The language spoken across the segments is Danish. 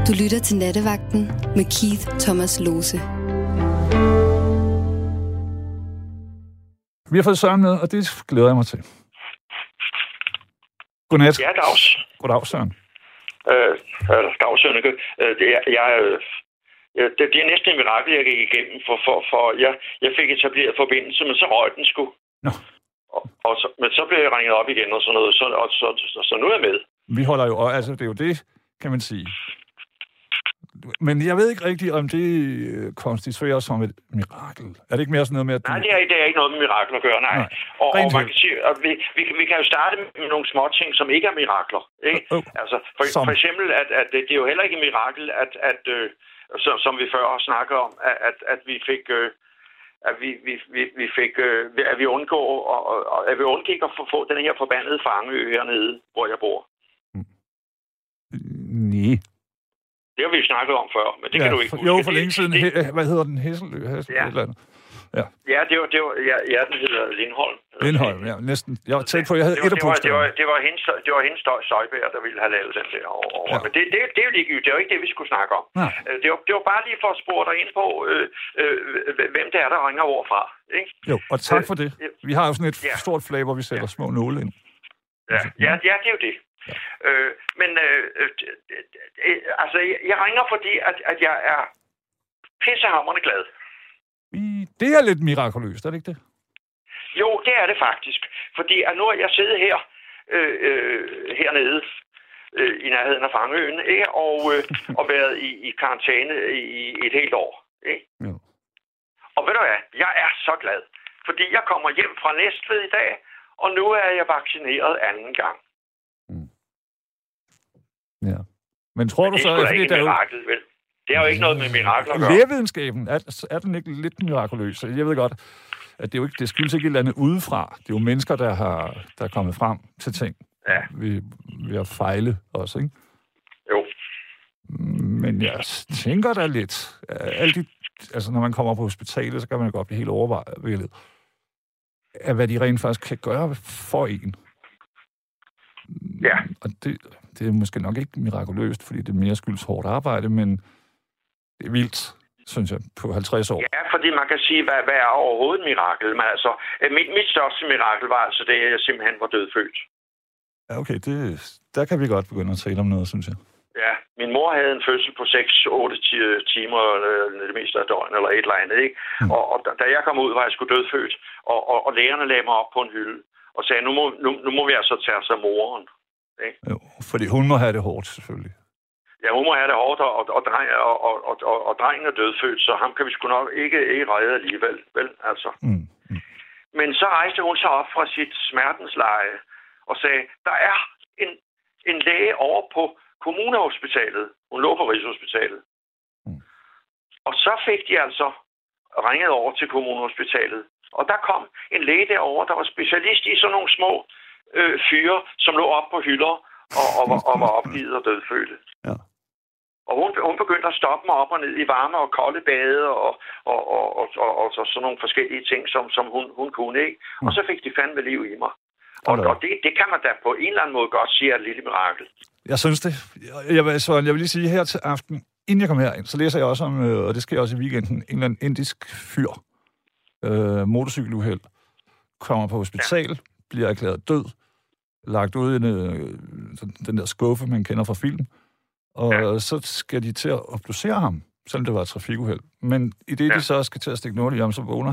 Du lytter til Nattevagten med Keith Thomas Lose. Vi har fået Søren med, og det glæder jeg mig til. Godnat. Ja, dags. Goddag, Søren. Dag, Søren. Det er næsten en mirakel, jeg gik igennem, for jeg fik etableret forbindelse, men så røg den sgu. Nå. Men så blev jeg ringet op igen og sådan noget, så nu er jeg med. Vi holder jo, altså det er jo det, kan man sige. Men jeg ved ikke rigtigt, om det konstituerer som et mirakel. Er det ikke mere sådan noget med, at Nej, det er ikke noget med mirakel at gøre, nej. Og man kan sige, at vi kan jo starte med nogle små ting, som ikke er mirakler. Ikke? Altså, for eksempel, at det er jo heller ikke et mirakel, som vi før har snakket om, at vi fik... At vi undgik at få den her forbandede Fangeø hernede, hvor jeg bor. Nej. Det har vi jo snakket om før, men det kan du ikke huske. Jo, for længe siden. Hvad hedder den? Hesselø? Ja, den hedder Lindholm. Lindholm, ja, næsten. Jeg var tæt på, jeg havde et af bogstaverne. Det var hendes Støjberg, der ville have lavet den der over. Ja. Men det er jo ligegyldigt. Det er jo ikke det, vi skulle snakke om. Ja. Det var bare lige for at spore dig ind på, hvem det er, der ringer overfra. Ikke? Jo, og tak for det. Vi har jo sådan et stort flag, hvor vi sætter små nåle ind. Ja, det er jo det. Ja. Altså, jeg ringer, fordi at jeg er pissehamrende glad. Det er lidt mirakuløst, er det ikke det? Jo, det er det faktisk. Fordi at nu er jeg siddet her hernede i nærheden af Fangeøen, ikke? Og været i karantæne i et helt år. Ikke? Jo. Og ved du hvad? Jeg er så glad. Fordi jeg kommer hjem fra Næstved i dag, og nu er jeg vaccineret anden gang. Ja. Men tror du så... Det er ikke et mirakel, vel? Det er jo ikke noget med mirakler at gøre. Lægevidenskaben, er den ikke lidt mirakuløs? Jeg ved godt, at det skyldes ikke et eller andet udefra. Det er jo mennesker, der er kommet frem til ting. Ja. Vi har fejlet også, ikke? Jo. Men jeg tænker da lidt... Altså, når man kommer på hospitalet, så kan man godt blive helt overvejet af, hvad de rent faktisk kan gøre for en. Ja. Og det er måske nok ikke mirakuløst, fordi det er mere skyldes hårdt arbejde, men det er vildt, synes jeg, på 50 år. Ja, fordi man kan sige, hvad er overhovedet et mirakel? Men altså, mit største mirakel var altså det, at jeg simpelthen var dødfødt. Ja, okay, der kan vi godt begynde at tale om noget, synes jeg. Ja, min mor havde en fødsel på 6-8 timer, det meste af døgn, eller et eller andet, ikke? Og da jeg kom ud, var jeg sgu dødfødt, og lægerne lagde mig op på en hylde, og sagde, nu må vi altså tage os af moren. Ikke? Jo, fordi hun må have det hårdt, selvfølgelig. Ja, hun må have det hårdt, og drengen er dødfødt, så ham kan vi sgu nok ikke redde alligevel, vel? Altså. Men så rejste hun sig op fra sit smertensleje og sagde, der er en læge over på kommunehospitalet. Hun lå på Rigshospitalet. Og så fik de altså ringet over til kommunehospitalet. Og der kom en læge derover, der var specialist i sådan nogle små fyre, som lå op på hylder og var opgivet og dødfødte. Ja. Og hun begyndte at stoppe mig op og ned i varme og kolde bade og sådan nogle forskellige ting, som hun kunne, ikke? Og så fik de fandme liv i mig. Og det kan man da på en eller anden måde godt sige er et lille mirakel. Jeg synes det. Jeg vil lige sige her til aften, inden jeg kommer herind, så læser jeg også om, og det sker også i weekenden, en eller anden indisk fyr, motorcykeluheld, kommer på hospital, bliver erklæret død, lagt ud i den der skuffe, man kender fra film, og så skal de til at obducere ham, selvom det var et trafikuheld. Men i det, de så skal til at stikke nåle i ham, så vågner.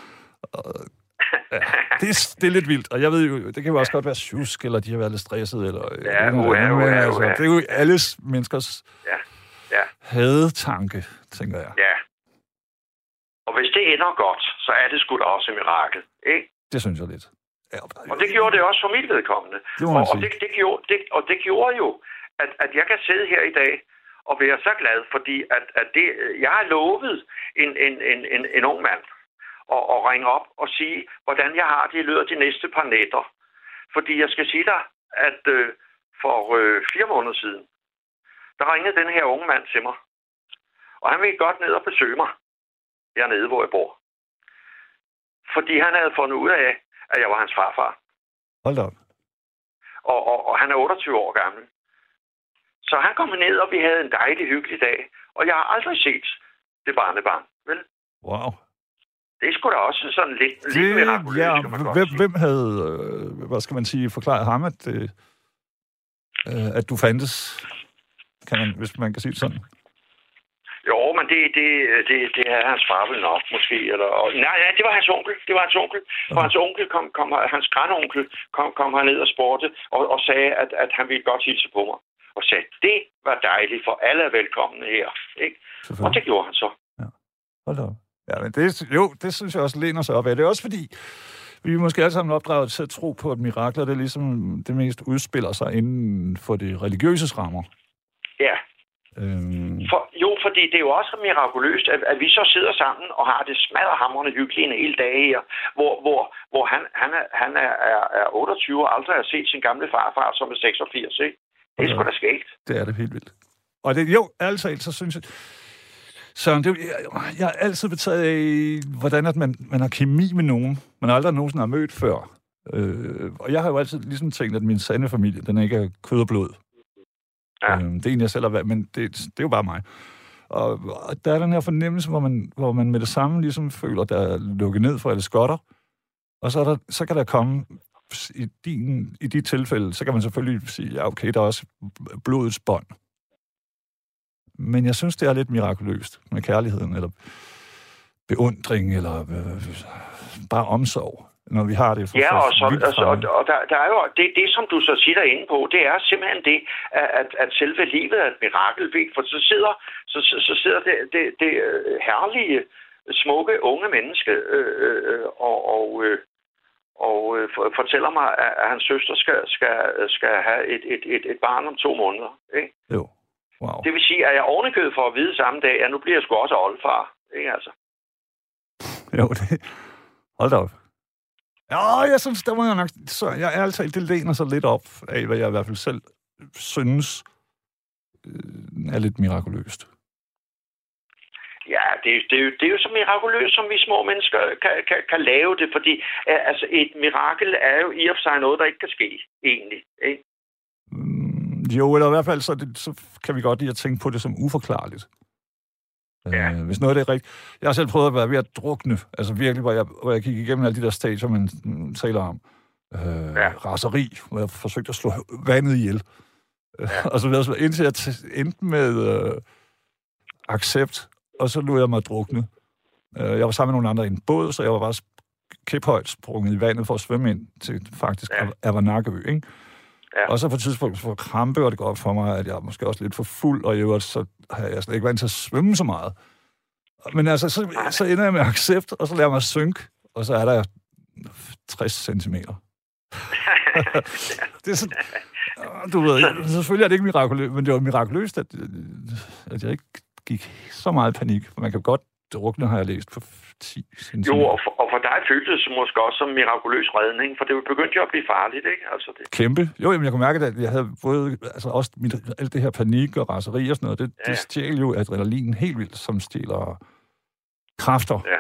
Det er lidt vildt, og jeg ved jo, det kan jo også godt være sjusk, eller de har været lidt stresset, eller... Det er jo alles menneskers hadetanke, tænker jeg. Ja. Og hvis det ender godt, så er det sgu da også et mirakel, ikke? Det synes jeg lidt. Ja, og det gjorde det også for mit vedkommende. Og det gjorde jo, at jeg kan sidde her i dag og være så glad, fordi at det, jeg har lovet en ung mand at ringe op og sige, hvordan jeg har det i løbet af de næste par nætter. Fordi jeg skal sige dig, at for 4 måneder siden, der ringede den her unge mand til mig. Og han ville godt ned og besøge mig hernede, hvor jeg bor. Fordi han havde fundet ud af, at jeg var hans farfar. Hold da op. Og han er 28 år gammel. Så han kom ned, og vi havde en dejlig, hyggelig dag. Og jeg har aldrig set det barnebarn, vel? Wow. Det er sgu da også sådan lidt mirakuløst, ja, kan man godt sige. Hvem havde, hvad skal man sige, forklaret ham, at du fandtes, hvis man kan sige det sådan? Jo, men det er hans far vel nok, måske. Nej, det var hans onkel. Det var hans onkel. For hans onkel hans grandonkel kom herned og spurgte, og sagde, at han ville godt hilse på mig. Og sagde, det var dejligt, for alle er velkomne her. Ikke? Og det gjorde han så. Ja. Hold da. Ja, men det synes jeg også læner sig op af. Det er også fordi, vi er måske alle sammen opdraget til at tro på, at mirakler, det er ligesom det mest udspiller sig inden for det religiøse rammer. Ja. Fordi det er jo også mirakuløst, at vi så sidder sammen og har det smadderhamrende hyggelige en hel dag her, hvor han er 28 og aldrig har set sin gamle farfar, som er 86, ikke? Det er sgu da skægt. Det er det helt vildt. Og det, ærligt talt, så synes jeg... Søren, jeg er altid betaget af, hvordan at man har kemi med nogen, man aldrig nogensinde har mødt før. Og jeg har jo altid ligesom tænkt, at min sande familie, den ikke er kød og blod. Ja. Det er en, jeg selv har været, men det er jo bare mig. Og der er den her fornemmelse, hvor man med det samme ligesom føler, der er lukket ned for alle skotter. Og så kan der komme, i de tilfælde, så kan man selvfølgelig sige, ja okay, der er også blodets bånd. Men jeg synes, det er lidt mirakuløst med kærligheden, eller beundring, eller bare omsorg, når vi har det. Og der er jo det, som du så siger inde på, det er simpelthen det, at selve livet er et mirakel, for så sidder det herlige, smukke, unge menneske og fortæller mig, at hans søster skal have et barn om 2 måneder, ikke? Jo. Wow. Det vil sige, at jeg ovenikøbet for at vide samme dag, at nu bliver jeg sgu også oldefar. Ikke altså? Jo, hold da op. Ja, jeg synes, der må jeg nok... Så jeg er altså, det læner sig lidt op af, hvad jeg i hvert fald selv synes er lidt mirakuløst. Ja, det er jo så mirakuløst, som vi små mennesker kan lave det, fordi altså, et mirakel er jo i og for sig noget, der ikke kan ske, egentlig. Ikke? Jo, eller i hvert fald, så kan vi godt lide at tænke på det som uforklarligt. Ja. Hvis noget af det er rigtigt. Jeg har selv prøvet at være ved at drukne. Altså virkelig, hvor jeg gik igennem alle de der stadier, man taler om. Raseri, hvor jeg forsøgte at slå vandet ihjel. Og så videre, indtil jeg endte med accept, og så lod jeg mig drukne. Jeg var sammen med nogle andre i en båd, så jeg var bare kæphøjt sprunget i vandet for at svømme ind til faktisk Avanakeø, ikke? Ja. Og så på et tidspunkt for krampe, og det går op for mig, at jeg er måske også lidt for fuld, og i øvrigt så har jeg slet ikke vant til at svømme så meget. Men altså, så ender jeg med accept, og så lader jeg mig synke, og så er der 60 centimeter. Det er sådan, du ved, selvfølgelig er det ikke mirakuløst, men det var mirakuløst, at jeg ikke gik så meget i panik. Man kan godt drukne, har jeg læst, på 10 centimeter. Jo, og for dig føltes det måske også som mirakuløs redning, for det begyndte jo at blive farligt, ikke? Altså det. Kæmpe. Jo, jamen, jeg kunne mærke, at jeg havde både, altså også alt det her panik og raseri og sådan noget, det stjæler jo adrenalin helt vildt, som stjæler kræfter. Ja.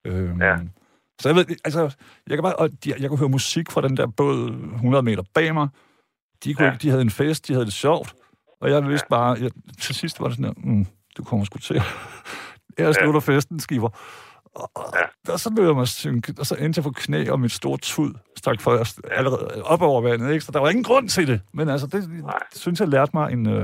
Så jeg ved, altså, jeg kunne høre musik fra den der båd 100 meter bag mig. De havde en fest, de havde det sjovt, og jeg vidste bare, til sidst var det sådan her, du kommer sgu til. Jeg slutter festen, skiver. Og så løb jeg mig synke, og så endte jeg på knæ, og mit store tud stak først allerede op over vandet, ikke? Så der var ingen grund til det. Men altså, det synes jeg lærte mig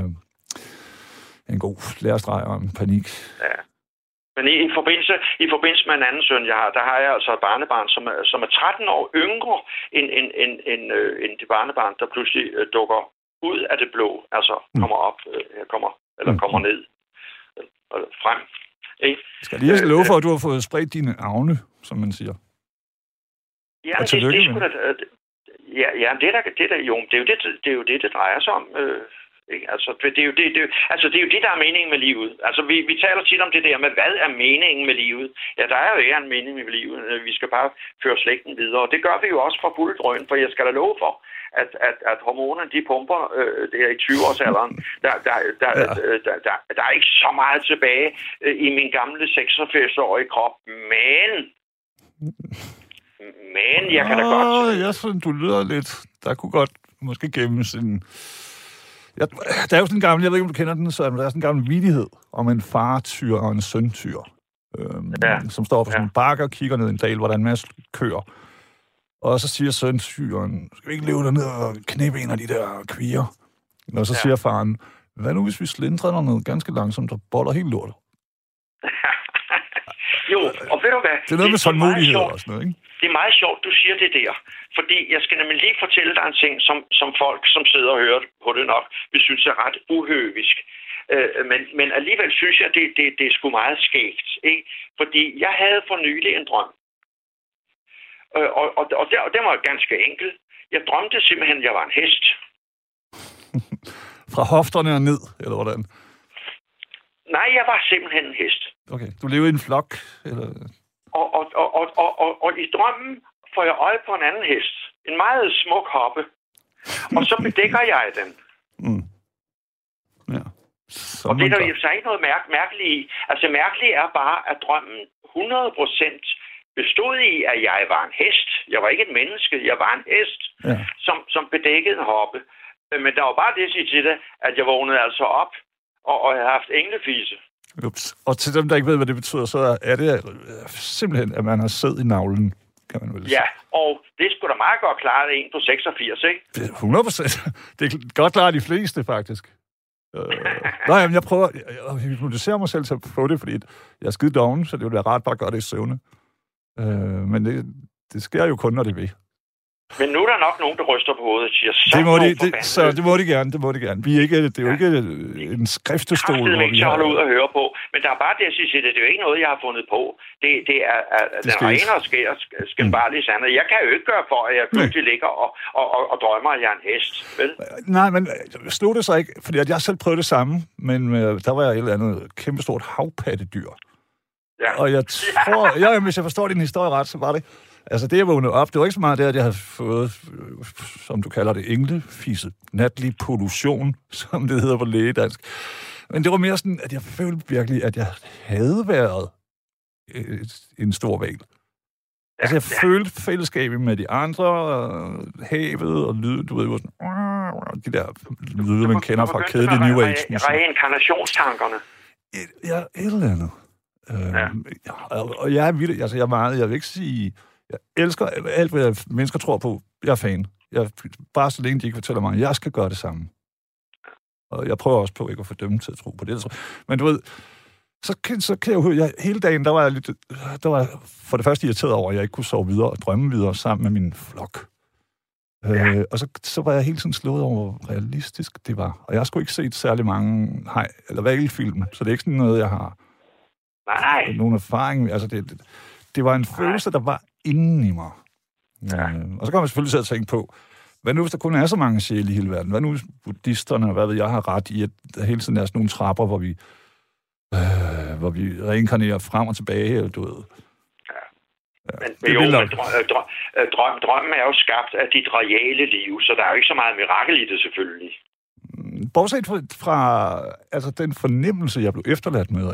en god lærestreg om panik. Ja. Men i forbindelse med en anden søn, jeg har, der har jeg altså et barnebarn, som er 13 år yngre end det barnebarn, der pludselig dukker ud af det blå, altså kommer ned frem. Skal lige love for, at du har fået spredt dine avne, som man siger? Ja, det er sgu da... Ja, det er jo det drejer sig om. Ikke? Altså, det er jo det, der er meningen med livet. Altså, vi taler tit om det der med, hvad er meningen med livet? Ja, der er jo ikke en mening med livet. Vi skal bare føre slægten videre. Og det gør vi jo også fra fuldt drøn, for jeg skal da love for, at hormonerne, de pumper der i 20-årsalderen. Der er ikke så meget tilbage i min gamle 86-årige krop, men jeg kan da godt... Jeg synes, du lyder lidt... Der kunne godt måske gemmes Der er jo sådan en gammel, jeg ved ikke, om du kender den, så der er sådan en gammel vittighed om en fartyr og en søntyr, som står på sådan en bakke og kigger ned i en dal, hvor der er en masse køer. Og så siger søntyren, skal vi ikke løbe derned og knæppe en af de der kvier? Og så siger faren, hvad nu hvis vi slindrer derned ganske langsomt og boller helt lortet? Jo, og ved du hvad? Det er noget med tålmodighed og sådan noget, ikke? Det er meget sjovt, du siger det der. Fordi jeg skal nemlig lige fortælle dig en ting, som folk, som sidder og hører på det nok, vi synes er ret uhøvisk. Men alligevel synes jeg, det er sgu meget skægt. Ikke? Fordi jeg havde for nylig en drøm. Og det var ganske enkel. Jeg drømte simpelthen, at jeg var en hest. Fra hofterne og ned, eller hvordan? Nej, jeg var simpelthen en hest. Okay, du levede i en flok, eller... Og i drømmen får jeg øje på en anden hest. En meget smuk hoppe. Og så bedækker jeg den. Mm. Ja. Og det er der jo så ikke noget mærkeligt i. Altså mærkeligt er bare, at drømmen 100% bestod i, at jeg var en hest. Jeg var ikke et menneske, jeg var en hest, som bedækkede en hoppe. Men der var bare det at sige til det, at jeg vågnede altså op, og jeg havde haft englefise. Ups. Og til dem, der ikke ved, hvad det betyder, så er det simpelthen, at man har sæd i navlen, kan man vel sige. Ja, og det skulle da meget godt klare en på 86, ikke? Det er 100%. Det er godt klare de fleste, faktisk. Nej, men jeg prøver at hypnotisere mig selv til at få det, fordi jeg er skide doven, så det ville være rart bare at gøre det i søvne. Men det sker jo kun, når det vil. Men nu er der nok nogen, der ryster på hovedet og siger, det må de gerne. Det er jo ikke en skriftestol, hvor vi har... holde ud og høre på. Men der er bare det at sige, det er jo ikke noget, jeg har fundet på. Det er den rene og skæmbarlige sandhed. Jeg kan jo ikke gøre for, at jeg pludselig ligger og drømmer, at jeg er en hest. Vel? Nej, men slog det så ikke, fordi at jeg selv prøvede det samme, men der var jeg et eller andet kæmpestort havpattedyr. Ja. Og jeg tror... hvis jeg forstår din historie ret, så var det... Altså, det jeg vågnede op, det var ikke så meget det, at jeg havde fået, som du kalder det, englefisse, natlig pollution, som det hedder på lægedansk. Men det var mere sådan, at jeg følte virkelig, at jeg havde været en stor hval. Altså, jeg følte fællesskabet med de andre, havet og lyd, du ved, sådan, de der lyde, man kender fra kedelige New Age-musik. Reinkarnationstankerne. Ja, et eller andet. Og jeg er vildt, altså jeg vil ikke sige... Jeg elsker alt, hvad mennesker tror på. Jeg er fan. Bare så længe de ikke fortæller mig, at jeg skal gøre det samme. Og jeg prøver også på ikke at få dem til at tro på det. Men du ved, så kan jeg jo hele dagen, der var jeg for det første irriteret over, at jeg ikke kunne sove videre og drømme videre sammen med min flok. Og så var jeg hele tiden slået over, hvor realistisk det var. Og jeg har sgu ikke set særlig mange eller hvalfilm, så det er ikke sådan noget, jeg har nogen erfaring. Altså det var en følelse, der var inden i mig. Og så kan man selvfølgelig selv tænke på, hvad nu hvis der kun er så mange sjæle i hele verden? Hvad nu hvis buddhisterne, hvad ved jeg, har ret i, at der hele tiden er sådan nogle trapper, hvor vi reinkarnerer frem og tilbage, eller du ved. Drømmen er jo skabt af dit reale liv, så der er jo ikke så meget mirakel i det, selvfølgelig. Bortset fra altså den fornemmelse, jeg blev efterladt med,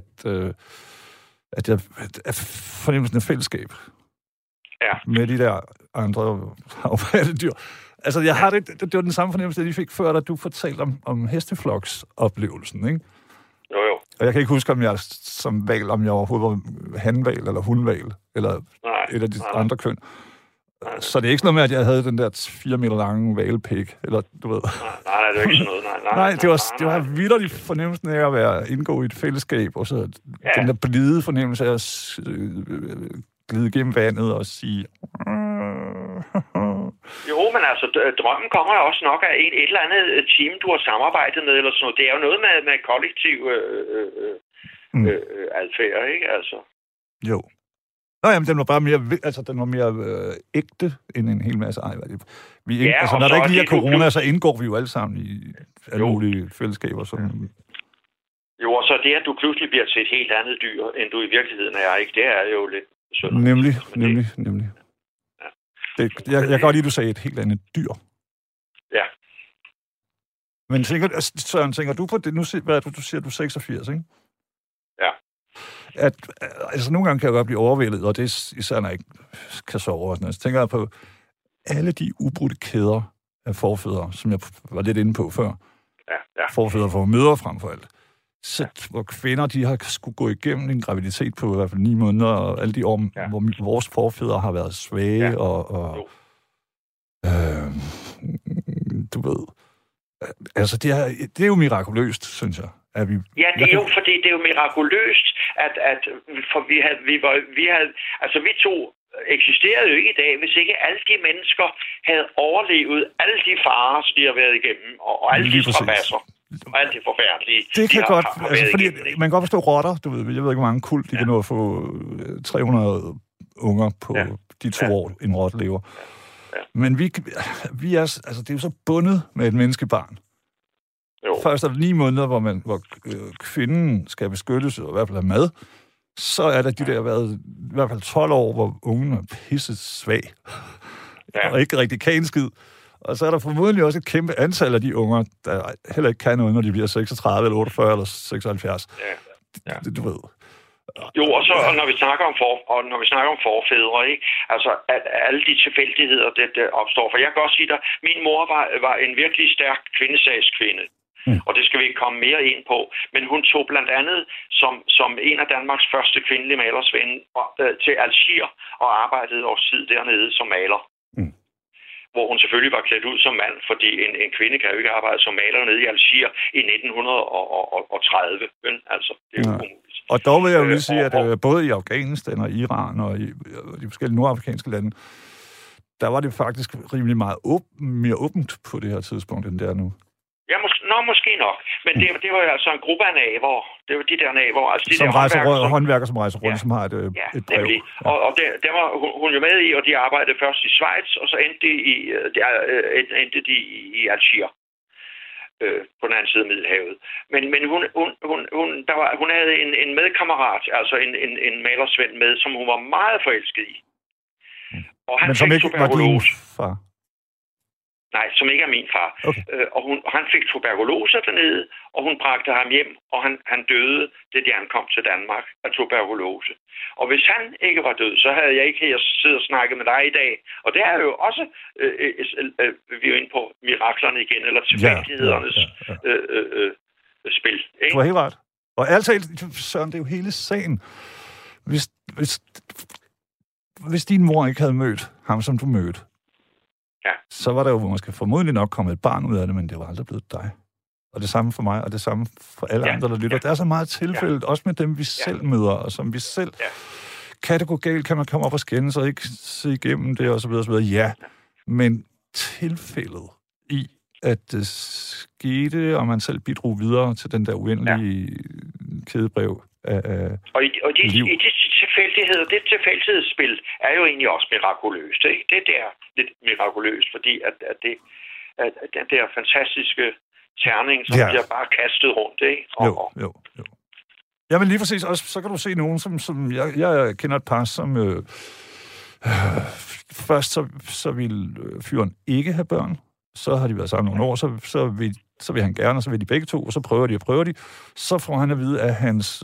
at fornemmelsen af fællesskab med de der andre havpattedyr. Altså, jeg har det var den samme fornemmelse, jeg fik før, da du fortalte om hestefloksoplevelsen, ikke? Jo. Og jeg kan ikke huske, om jeg som hval, om jeg overhovedet var hanhval eller hundhval, eller et af de andre køn. Så det er ikke sådan noget med, at jeg havde den der 4 meter lange hvalpæk, eller du ved. Nej, det er ikke sådan noget. Nej, det var vitterlig fornemmelsen af at indgå i et fællesskab, og så den der blide fornemmelse af at glide gennem vandet og sige... Jo, men altså, drømmen kommer også nok af et eller andet team, du har samarbejdet med, eller sådan noget. Det er jo noget med kollektiv adfærd, ikke? Altså. Jo. Nå, jamen, den var bare mere, ægte end en hel masse. Når der ikke lige er corona, så indgår vi jo alle sammen i alle mulige fællesskaber. Sådan. Jo, og så det, at du pludselig bliver til et helt andet dyr, end du i virkeligheden er, ikke? Det er jo lidt synd. Nemlig. Ja. Jeg kan godt lide, at du sagde et helt andet dyr. Ja. Men Søren, tænker du på det? Nu du siger, du er 86, ikke? Ja. Altså, nogle gange kan jeg godt blive overvældet, og det er især, når jeg ikke kan sove. Så tænker jeg på alle de ubrudte kæder af forfædre, som jeg var lidt inde på før. forfædre for mødre frem for alt. Så hvor kvinder, de har skulle gå igennem en graviditet på i hvert fald 9 måneder, og alle de år, hvor vores forfædre har været svage, og du ved, altså det er jo mirakuløst, synes jeg. Det er jo, fordi det er jo mirakuløst, for vi to eksisterede jo ikke i dag, hvis ikke alle de mennesker havde overlevet alle de farer, de har været igennem, og alle de strabasser. Og alt det forfærdelige. Det kan godt, fordi man kan godt forstå rotter, du ved, jeg ved ikke, hvor mange kult, de kan nå at få 300 unger på de 2 år, en rotte lever. Men vi er, altså det er jo så bundet med et menneskebarn. Jo. Først er der 9 måneder, hvor kvinden skal beskyttes, og i hvert fald have mad. Så er der de der været i hvert fald 12 år, hvor ungen er pisset svag. Og ikke rigtig kan en skid. Og så er der formodentlig også et kæmpe antal af de unger, der heller ikke kan noget, når de bliver 36, eller 48, eller 76. Du ved. Jo, og så når vi snakker om forfædre, ikke? Altså alle de tilfældigheder, det opstår. For jeg kan også sige dig, min mor var en virkelig stærk kvindesagskvinde. Og det skal vi ikke komme mere ind på. Men hun tog blandt andet som en af Danmarks første kvindelige malersvende til Algier og arbejdede års tid dernede som maler. Hvor hun selvfølgelig var klædt ud som mand, fordi en kvinde kan jo ikke arbejde som maler nede i Algier i 1930. Altså, det er jo umuligt. Og dog vil jeg jo lige sige, at både i Afghanistan og Iran og i de forskellige nordafrikanske lande, der var det faktisk rimelig meget mere åbent på det her tidspunkt, end det er nu. Ja, måske nok. Men det var jo altså en gruppe af naboer. Det var de der naboer. Altså de som der håndværker, som rejser rundt, som har et brev. Og der var hun jo med i, og de arbejdede først i Schweiz, og så endte de i Algier. På den anden side af Middelhavet. Men hun havde en medkammerat, altså en malersvend med, som hun var meget forelsket i. Og han men som ikke var din far? Nej, som ikke er min far. Okay. Og han fik tuberkulose dernede, og hun bragte ham hjem, og han døde, da de ankom til Danmark af tuberkulose. Og hvis han ikke var død, så havde jeg ikke her siddet og snakket med dig i dag. Og det er jo også, vi er inde på miraklerne igen, eller tilfældighedernes spil. Ikke? Du har helt ret. Og ærligt talt, Søren, det er jo hele sagen. Hvis din mor ikke havde mødt ham, som du mødte, så var der jo måske formodentlig nok kommet et barn ud af det, men det var aldrig blevet dig. Og det samme for mig, og det samme for alle andre, der lytter. Der er så meget tilfældet, også med dem, vi selv møder, og som vi selv... Kan det gå galt? Kan man komme op og skændes og ikke se igennem det, og så videre, og så videre? Ja, men tilfældet i, at det skete, og man selv bidrog videre til den der uendelige kædebrev af liv. I de tilfældigheder, det tilfældighedsspil er jo egentlig også mirakuløst. Ikke? Det er lidt mirakuløst, fordi at den der fantastiske terning, som bliver bare kastet rundt. Ikke? Jo. Ja, men lige præcis. Også, så kan du se nogen, som jeg kender et par, som først så ville fyren ikke have børn. Så har de været sammen nogle år, så vil han gerne, og så vil de begge to, og så prøver de. Så får han at vide, at hans,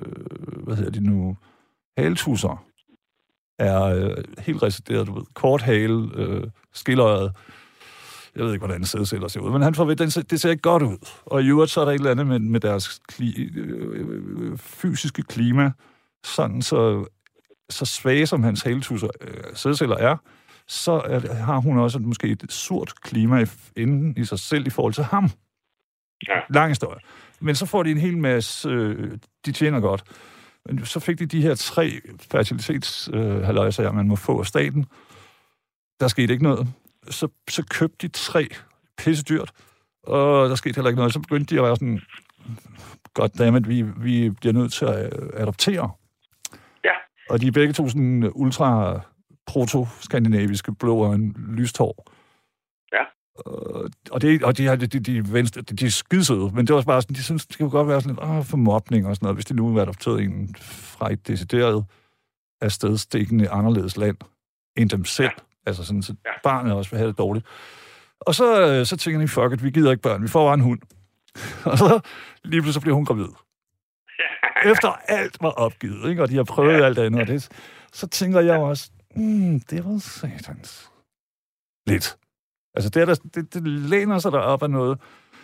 haletusser er helt resideret, du ved, kort hale, skilleret. Jeg ved ikke, hvordan sædceller ser ud, men han får ved, det ser ikke godt ud. Og i øvrigt, så er der et eller andet med deres fysiske klima, sådan så svage som hans haletusser sædceller er, så har hun også måske et surt klima inden i sig selv i forhold til ham. Ja. Lang historie. Men så får de en hel masse, de tjener godt. Men så fik de her 3 fertilitetshaløjser, man må få af staten. Der skete ikke noget. Så købte de 3 pissedyrt, og der skete heller ikke noget. Så begyndte de at være sådan, goddammit, vi bliver nødt til at adoptere. Ja. Og de er begge to sådan ultra proto-skandinaviske, blå og en lyst hår. Ja. Og de er skidesøde, men det var bare sådan, de synes, det kunne godt være sådan lidt for mobning og sådan noget, hvis de nu var adopteret en fra et decideret afstedstikkende anderledes land end dem selv. Ja. Altså sådan, så barnet også vil have det dårligt. Og så tænker de, fuck it, vi gider ikke børn, vi får bare en hund. Og så lige pludselig bliver hun gravid. Efter alt var opgivet, ikke? Og de har prøvet alt andet, og det, så tænker jeg også, det var satans. Lidt. Altså, det læner sig derop af noget,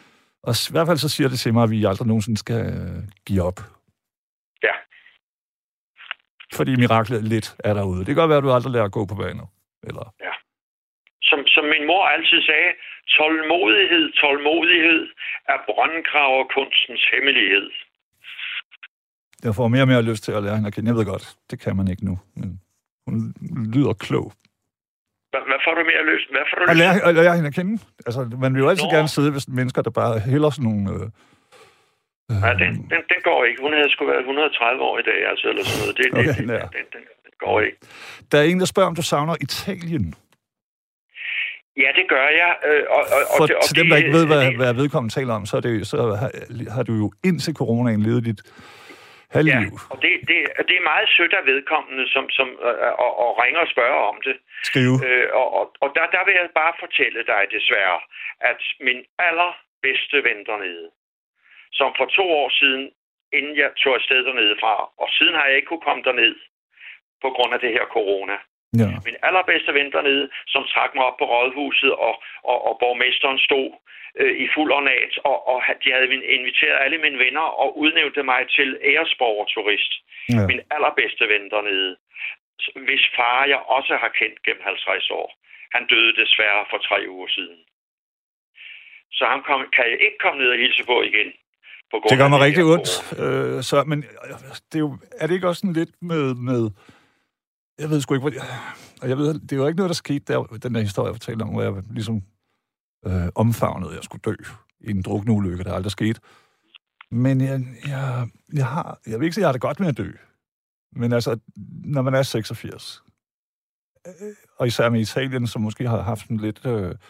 Og i hvert fald så siger det til mig, at vi aldrig nogensinde skal give op. Ja. Fordi miraklet lidt er derude. Det kan godt være, at du aldrig lærer at gå på banen. Eller... Ja. Som min mor altid sagde, tålmodighed er brøndgraverkunstens hemmelighed. Jeg får mere og mere lyst til at lære hende at kende. Jeg ved godt, det kan man ikke nu, men hun lyder klog. Hvad får du mere lyst? Hvad får du lyst? At lære hende at kende. Altså, man vil jo altid gerne sidde ved mennesker, der bare hælder sådan nogle... Nej, den går ikke. Hun havde sgu været 130 år i dag, altså, eller sådan noget. Den går ikke. Der er en, der spørger, om du savner Italien. Ja, det gør jeg. Til dem, der ikke ved, hvad vedkommende taler om, så har du jo indtil coronaen levet dit halvliv. Ja, og det er meget sødt af vedkommende, som ringer og spørger om det. Skrive. Og der vil jeg bare fortælle dig desværre, at min allerbedste ven dernede, som for 2 år siden, inden jeg tog afsted dernede fra, og siden har jeg ikke kunne komme derned på grund af det her corona. Ja. Min allerbedste ven dernede, som trak mig op på rådhuset, og borgmesteren stod i fuld ornat, og de havde inviteret alle mine venner og udnævnte mig til æresborgerturist. Ja. Min allerbedste ven dernede, hvis far jeg også har kendt gennem 50 år. Han døde desværre for 3 uger siden. Så ham kan jeg ikke komme ned og hilse på igen. Det gør mig rigtig ondt. Men det er det ikke også sådan lidt med jeg ved sgu ikke, jeg ved, det er jo ikke noget, der skete der, den der historie, jeg fortalte om, hvor jeg ligesom omfavnede, at jeg skulle dø i en drukneulykke, der aldrig skete. Men jeg vil ikke sige, at jeg har det godt med at dø. Men altså, når man er 86, og især med Italien, som måske har haft en lidt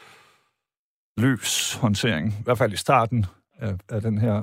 løs håndtering, i hvert fald i starten af den her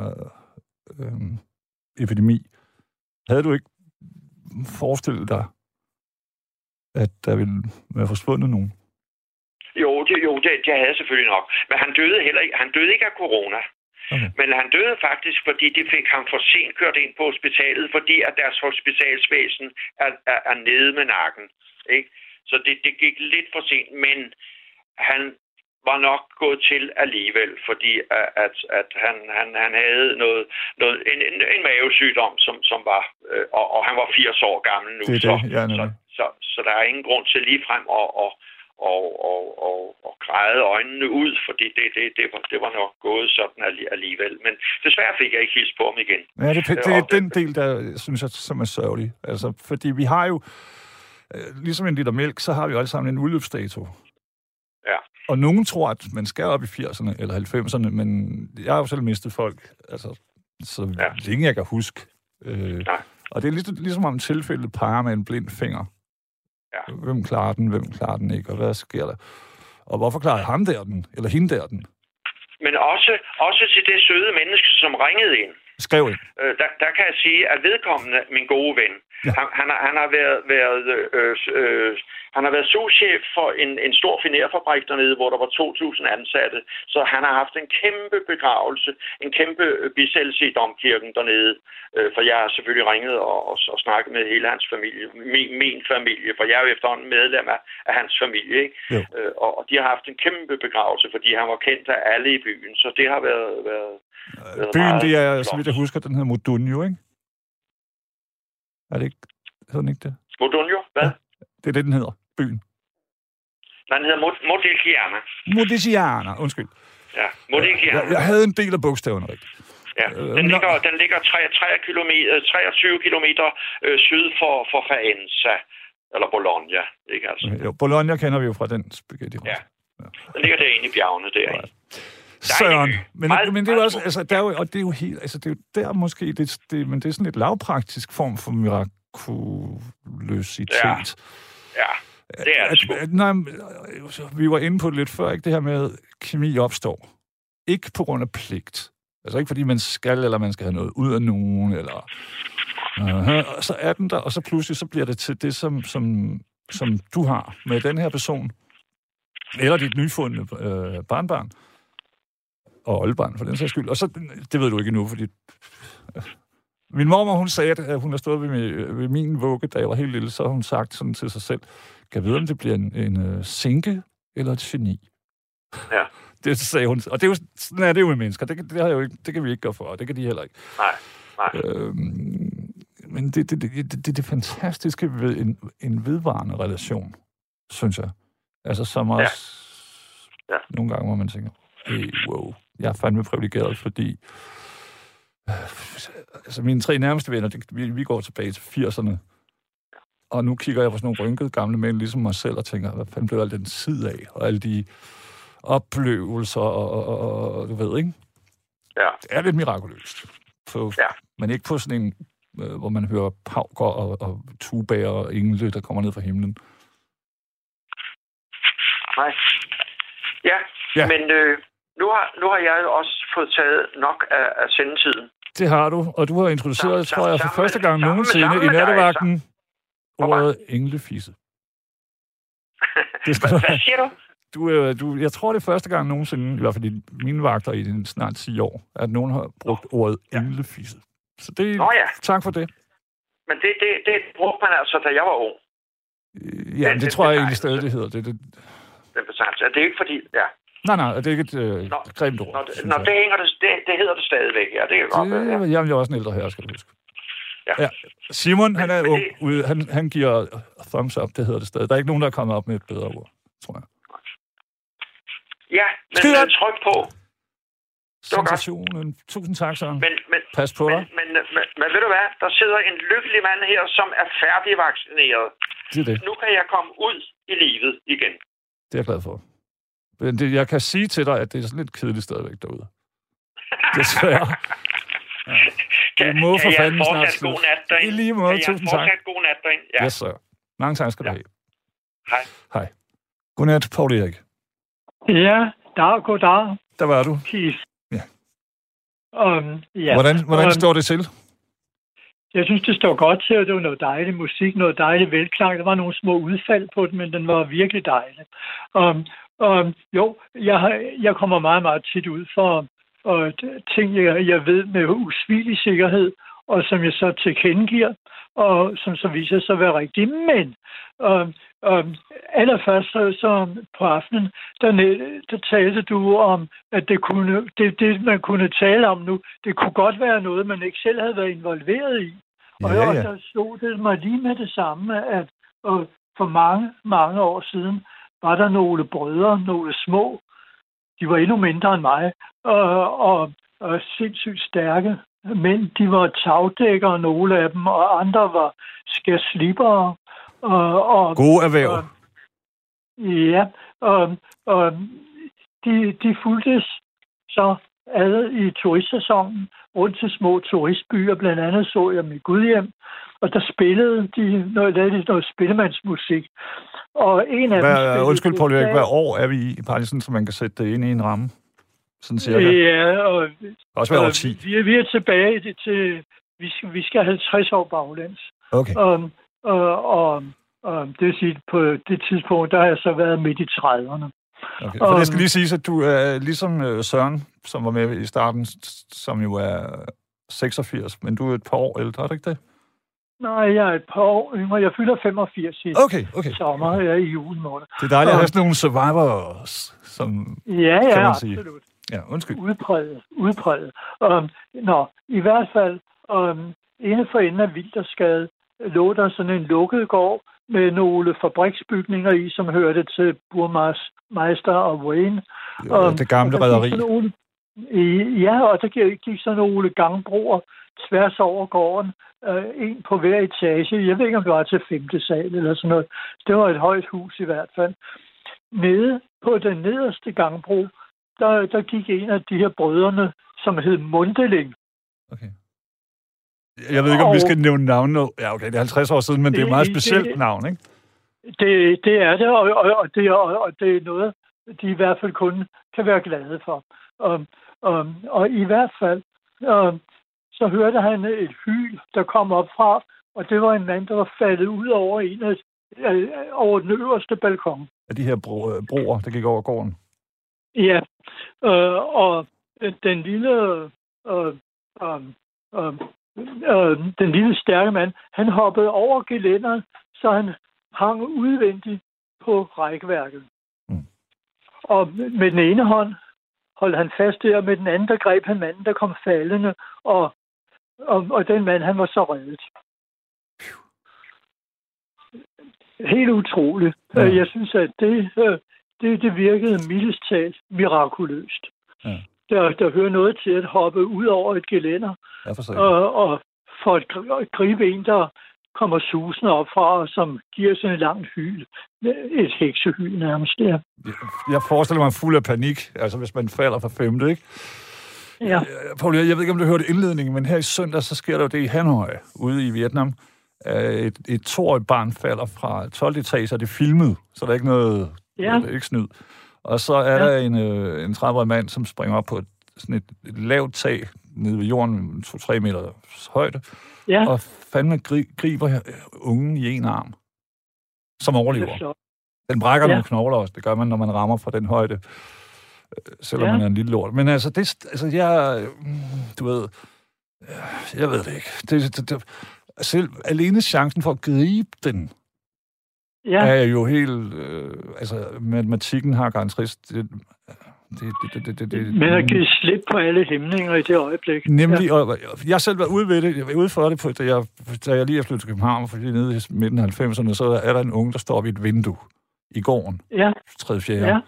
epidemi, havde du ikke forestillet dig, at der ville være forsvundet nogen? Jo, det havde jeg selvfølgelig nok. Men han døde heller ikke. Han døde ikke af corona. Okay. Men han døde faktisk, fordi de fik ham for sent kørt ind på hospitalet, fordi at deres hospitalsvæsen er nede med nakken. Ikke? Så det gik lidt for sent, men han var nok gået til alligevel, fordi at han havde en mavesygdom, som var, og han var 80 år gammel nu. Så der er ingen grund til ligefrem og græde øjnene ud, fordi det var nok gået sådan alligevel. Men desværre fik jeg ikke hilst på ham igen. Ja, det er den del, der synes jeg, som er sørgelig. Altså, fordi vi har jo, ligesom en liter mælk, så har vi jo alle sammen en udløbsdato. Ja. Og nogen tror, at man skal op i 80'erne eller 90'erne, men jeg har jo selv mistet folk, altså, så længe jeg kan huske. Og det er ligesom om tilfældet peger med en blind finger. Ja. Hvem klarer den ikke, og hvad sker der? Og hvorfor klarer ham der den, eller hende der den? Men også til det søde menneske, som ringede ind. Skrev ind. Der kan jeg sige, at vedkommende, min gode ven, han har været souschef for en stor finérfabrik dernede, hvor der var 2.000 ansatte. Så han har haft en kæmpe begravelse, en kæmpe bisættelse i domkirken dernede. For jeg har selvfølgelig ringet og snakket med hele hans familie, min familie, for jeg er jo efterhånden medlem af hans familie. Ikke? Og de har haft en kæmpe begravelse, fordi han var kendt af alle i byen. Så det har været byen, det er, så vidt jeg husker, den hedder Modugno, ikke? Er det ikke? Hedder den ikke det? Modugno? Hvad? Ja, det er det, den hedder. Byen. Den hedder Modigliana. Modigliana, undskyld. Ja, Modigliana. Jeg havde en del af bogstaverne rigtigt. Ja, den ligger 23 kilometer syd for Faenza, eller Bologna, ikke altså? Jo, Bologna kender vi jo fra den spaghetti. Ja, den ligger derinde i bjergene derinde. Søren. Men det er jo også, altså, der er jo, og det er jo helt, altså, det er jo der måske, men det er sådan et lavpraktisk form for mirakuløsitet. Ja, det er det sgu. Vi var inde på det lidt før, ikke? Det her med, kemi opstår. Ikke på grund af pligt. Altså ikke fordi man skal, eller man skal have noget ud af nogen, eller... og så er den der, og så pludselig så bliver det til det, som du har med den her person, eller dit nyfundne barnbarn, og oldebarn for den sags skyld. Og så, det ved du ikke endnu, fordi... Min mormor, hun sagde, at hun har stået ved min vugge, da jeg var helt lille, så har hun sagt sådan til sig selv, kan jeg vide, om det bliver en sinke eller et geni? Ja. Det sagde hun. Og det er jo, sådan er det jo med mennesker. Det, har jeg jo ikke, det kan vi ikke gøre for, og det kan de heller ikke. Nej. Men det fantastiske ved en vedvarende relation, synes jeg. Altså som også nogle gange, hvor man tænker, hey, wow, jeg er fandme privilegeret, fordi altså mine 3 nærmeste venner, vi går tilbage til 80'erne, og nu kigger jeg på sådan nogle rynkede gamle mænd, ligesom mig selv, og tænker, hvad fanden blev al den tid af, og alle de oplevelser, og du ved, ikke? Ja. Det er lidt mirakuløst. Men ikke på sådan en, hvor man hører pauker og tubaer og engle, der kommer ned fra himlen. Nej. Ja. Men nu har jeg også fået taget nok af sendetiden. Det har du, og du har introduceret, tror jeg, for første gang nogensinde i nattevagten ordet englefisse. Hvad siger du? Jeg tror, det er første gang nogensinde, i hvert fald i mine vagter i snart 10 år, at nogen har brugt ordet englefisse. Så det, tak for det. Men det brugte man altså, da jeg var ung. Ja, det tror jeg egentlig stadig, det hedder. Den betegnelse. Det er ikke fordi, Nej, det er ikke et grimt ord. Det hedder det stadigvæk, ja. Det kan godt være, ja. Jamen, jeg er også en ældre herre, skal du huske. Ja. Simon, han er ung ude. Han giver thumbs up, det hedder det stadig. Der er ikke nogen, der er kommet op med et bedre ord, tror jeg. Ja, men tryk på. Sensationen. Tusind tak, Søren. Pas på dig. Men ved du hvad? Der sidder en lykkelig mand her, som er færdigvaccineret. Det. Nu kan jeg komme ud i livet igen. Det er jeg glad for. Men jeg kan sige til dig, at det er sådan lidt kedeligt stadigvæk derude. Desværre. Ja. Det må for fanden snart slut. I lige måde, tusind tak. God nat derinde. Ja. Yes, sir. Mange tak skal du have. Hej. Godnat, Paul Erik. Ja, goddag. Der var du. Ja. Hvordan står det til? Jeg synes, det står godt til, at det var noget dejlig musik, noget dejlig velklang. Der var nogle små udfald på den, men den var virkelig dejlig. Jeg kommer meget, meget tit ud for ting, jeg ved med usvigelig sikkerhed, og som jeg så tilkendegiver, og som så viser sig at være rigtige. Men allerførst så på aftenen, der talte du om, at det man kunne tale om nu, det kunne godt være noget, man ikke selv havde været involveret i. Og der stod det mig lige med det samme, at for mange, mange år siden var der nogle brødre, nogle små, de var endnu mindre end mig, og sindssygt stærke. Men de var tagdækkere, nogle af dem, og andre var skærslibere. Gode erhverv. De fulgtes så i turistsæsonen rundt til små turistbyer. Blandt andet så jeg med Gudhjem, og der spillede de noget spillemandsmusik. Og en af dem... Undskyld, Paul Erik, hvad år er vi i? Bare sådan, så man kan sætte det ind i en ramme. Sådan cirka. Ja, og... Også være over 10. Vi er tilbage til... Vi skal 50 år baglæns. Okay. Og det vil sige, på det tidspunkt, der har jeg så været midt i 30'erne. Okay. For det skal lige sige, at du er ligesom Søren, som var med i starten, som jo er 86, men du er et par år ældre, er det ikke det? Nej, jeg er et par år yngre. Jeg fylder 85 i sommer, jeg er i julemåned. Det er dejligt at have sådan nogle survivors, som kan man sige. Absolut. Ja, undskyld. Udpræget. I hvert fald, inde for enden af Wildersgade lå der sådan en lukket gård med nogle fabriksbygninger i, som hørte til Burmeister og Wayne. Det gamle rederi. Og der gik sådan nogle gangbroer tværs over gården. En på hver etage. Jeg ved ikke, om det var til 5. sal eller sådan noget. Det var et højt hus i hvert fald. Nede på den nederste gangbro, der gik en af de her brødrene, som hed Mundeling. Okay. Jeg ved ikke, om vi skal nævne navn nu. Ja, okay, det er 50 år siden, men det er et meget specielt navn, ikke? Det er det, og det er noget, de i hvert fald kun kan være glade for. Og i hvert fald, så hørte han et hyl, der kom op fra, og det var en mand, der var faldet ud over over den øverste balkon. Af de her broer, der gik over gården? Ja, og den lille stærke mand, han hoppede over gelænderet, så han hang udvendigt på rækværket. Og med den ene hånd holdt han fast der, med den anden, der greb han manden, der kom faldende, og den mand, han var så reddet. Helt utroligt. Ja. Jeg synes, at det virkede mildest talt mirakuløst. Ja. Der hører noget til at hoppe ud over et gelænder, og for at gribe en, der kommer susende op fra, som giver sådan en langt hyl. Et heksehyl nærmest der. Jeg forestiller mig fuld af panik, altså hvis man falder fra femte, ikke? Ja. Poul, jeg ved ikke, om du hørte indledningen, men her i søndag, så sker der jo det i Hanoi, ude i Vietnam. Et 2-årigt barn falder fra 12. etage, og det er filmet, så der er ikke noget, der er ikke snyd. Og så er der en 30-årig mand, som springer op på sådan et lavt tag nede ved jorden, 2-3 meter højde, og fandme griber ungen i en arm, som overlever. Den brækker nogle knogler også, det gør man, når man rammer fra den højde, selvom man er en lille lort. Men altså, du ved, jeg ved det ikke. Selv alene chancen for at gribe den, er jo helt... matematikken har garantist... Men at give slip på alle hæmninger i det øjeblik. Nemlig, og jeg har selv været ude ved det. Jeg var ude for det, da jeg lige er flyttet til København, fordi nede i midten af 90'erne, så er der en unge, der står op i et vindue i gården. 3.-4. Ja.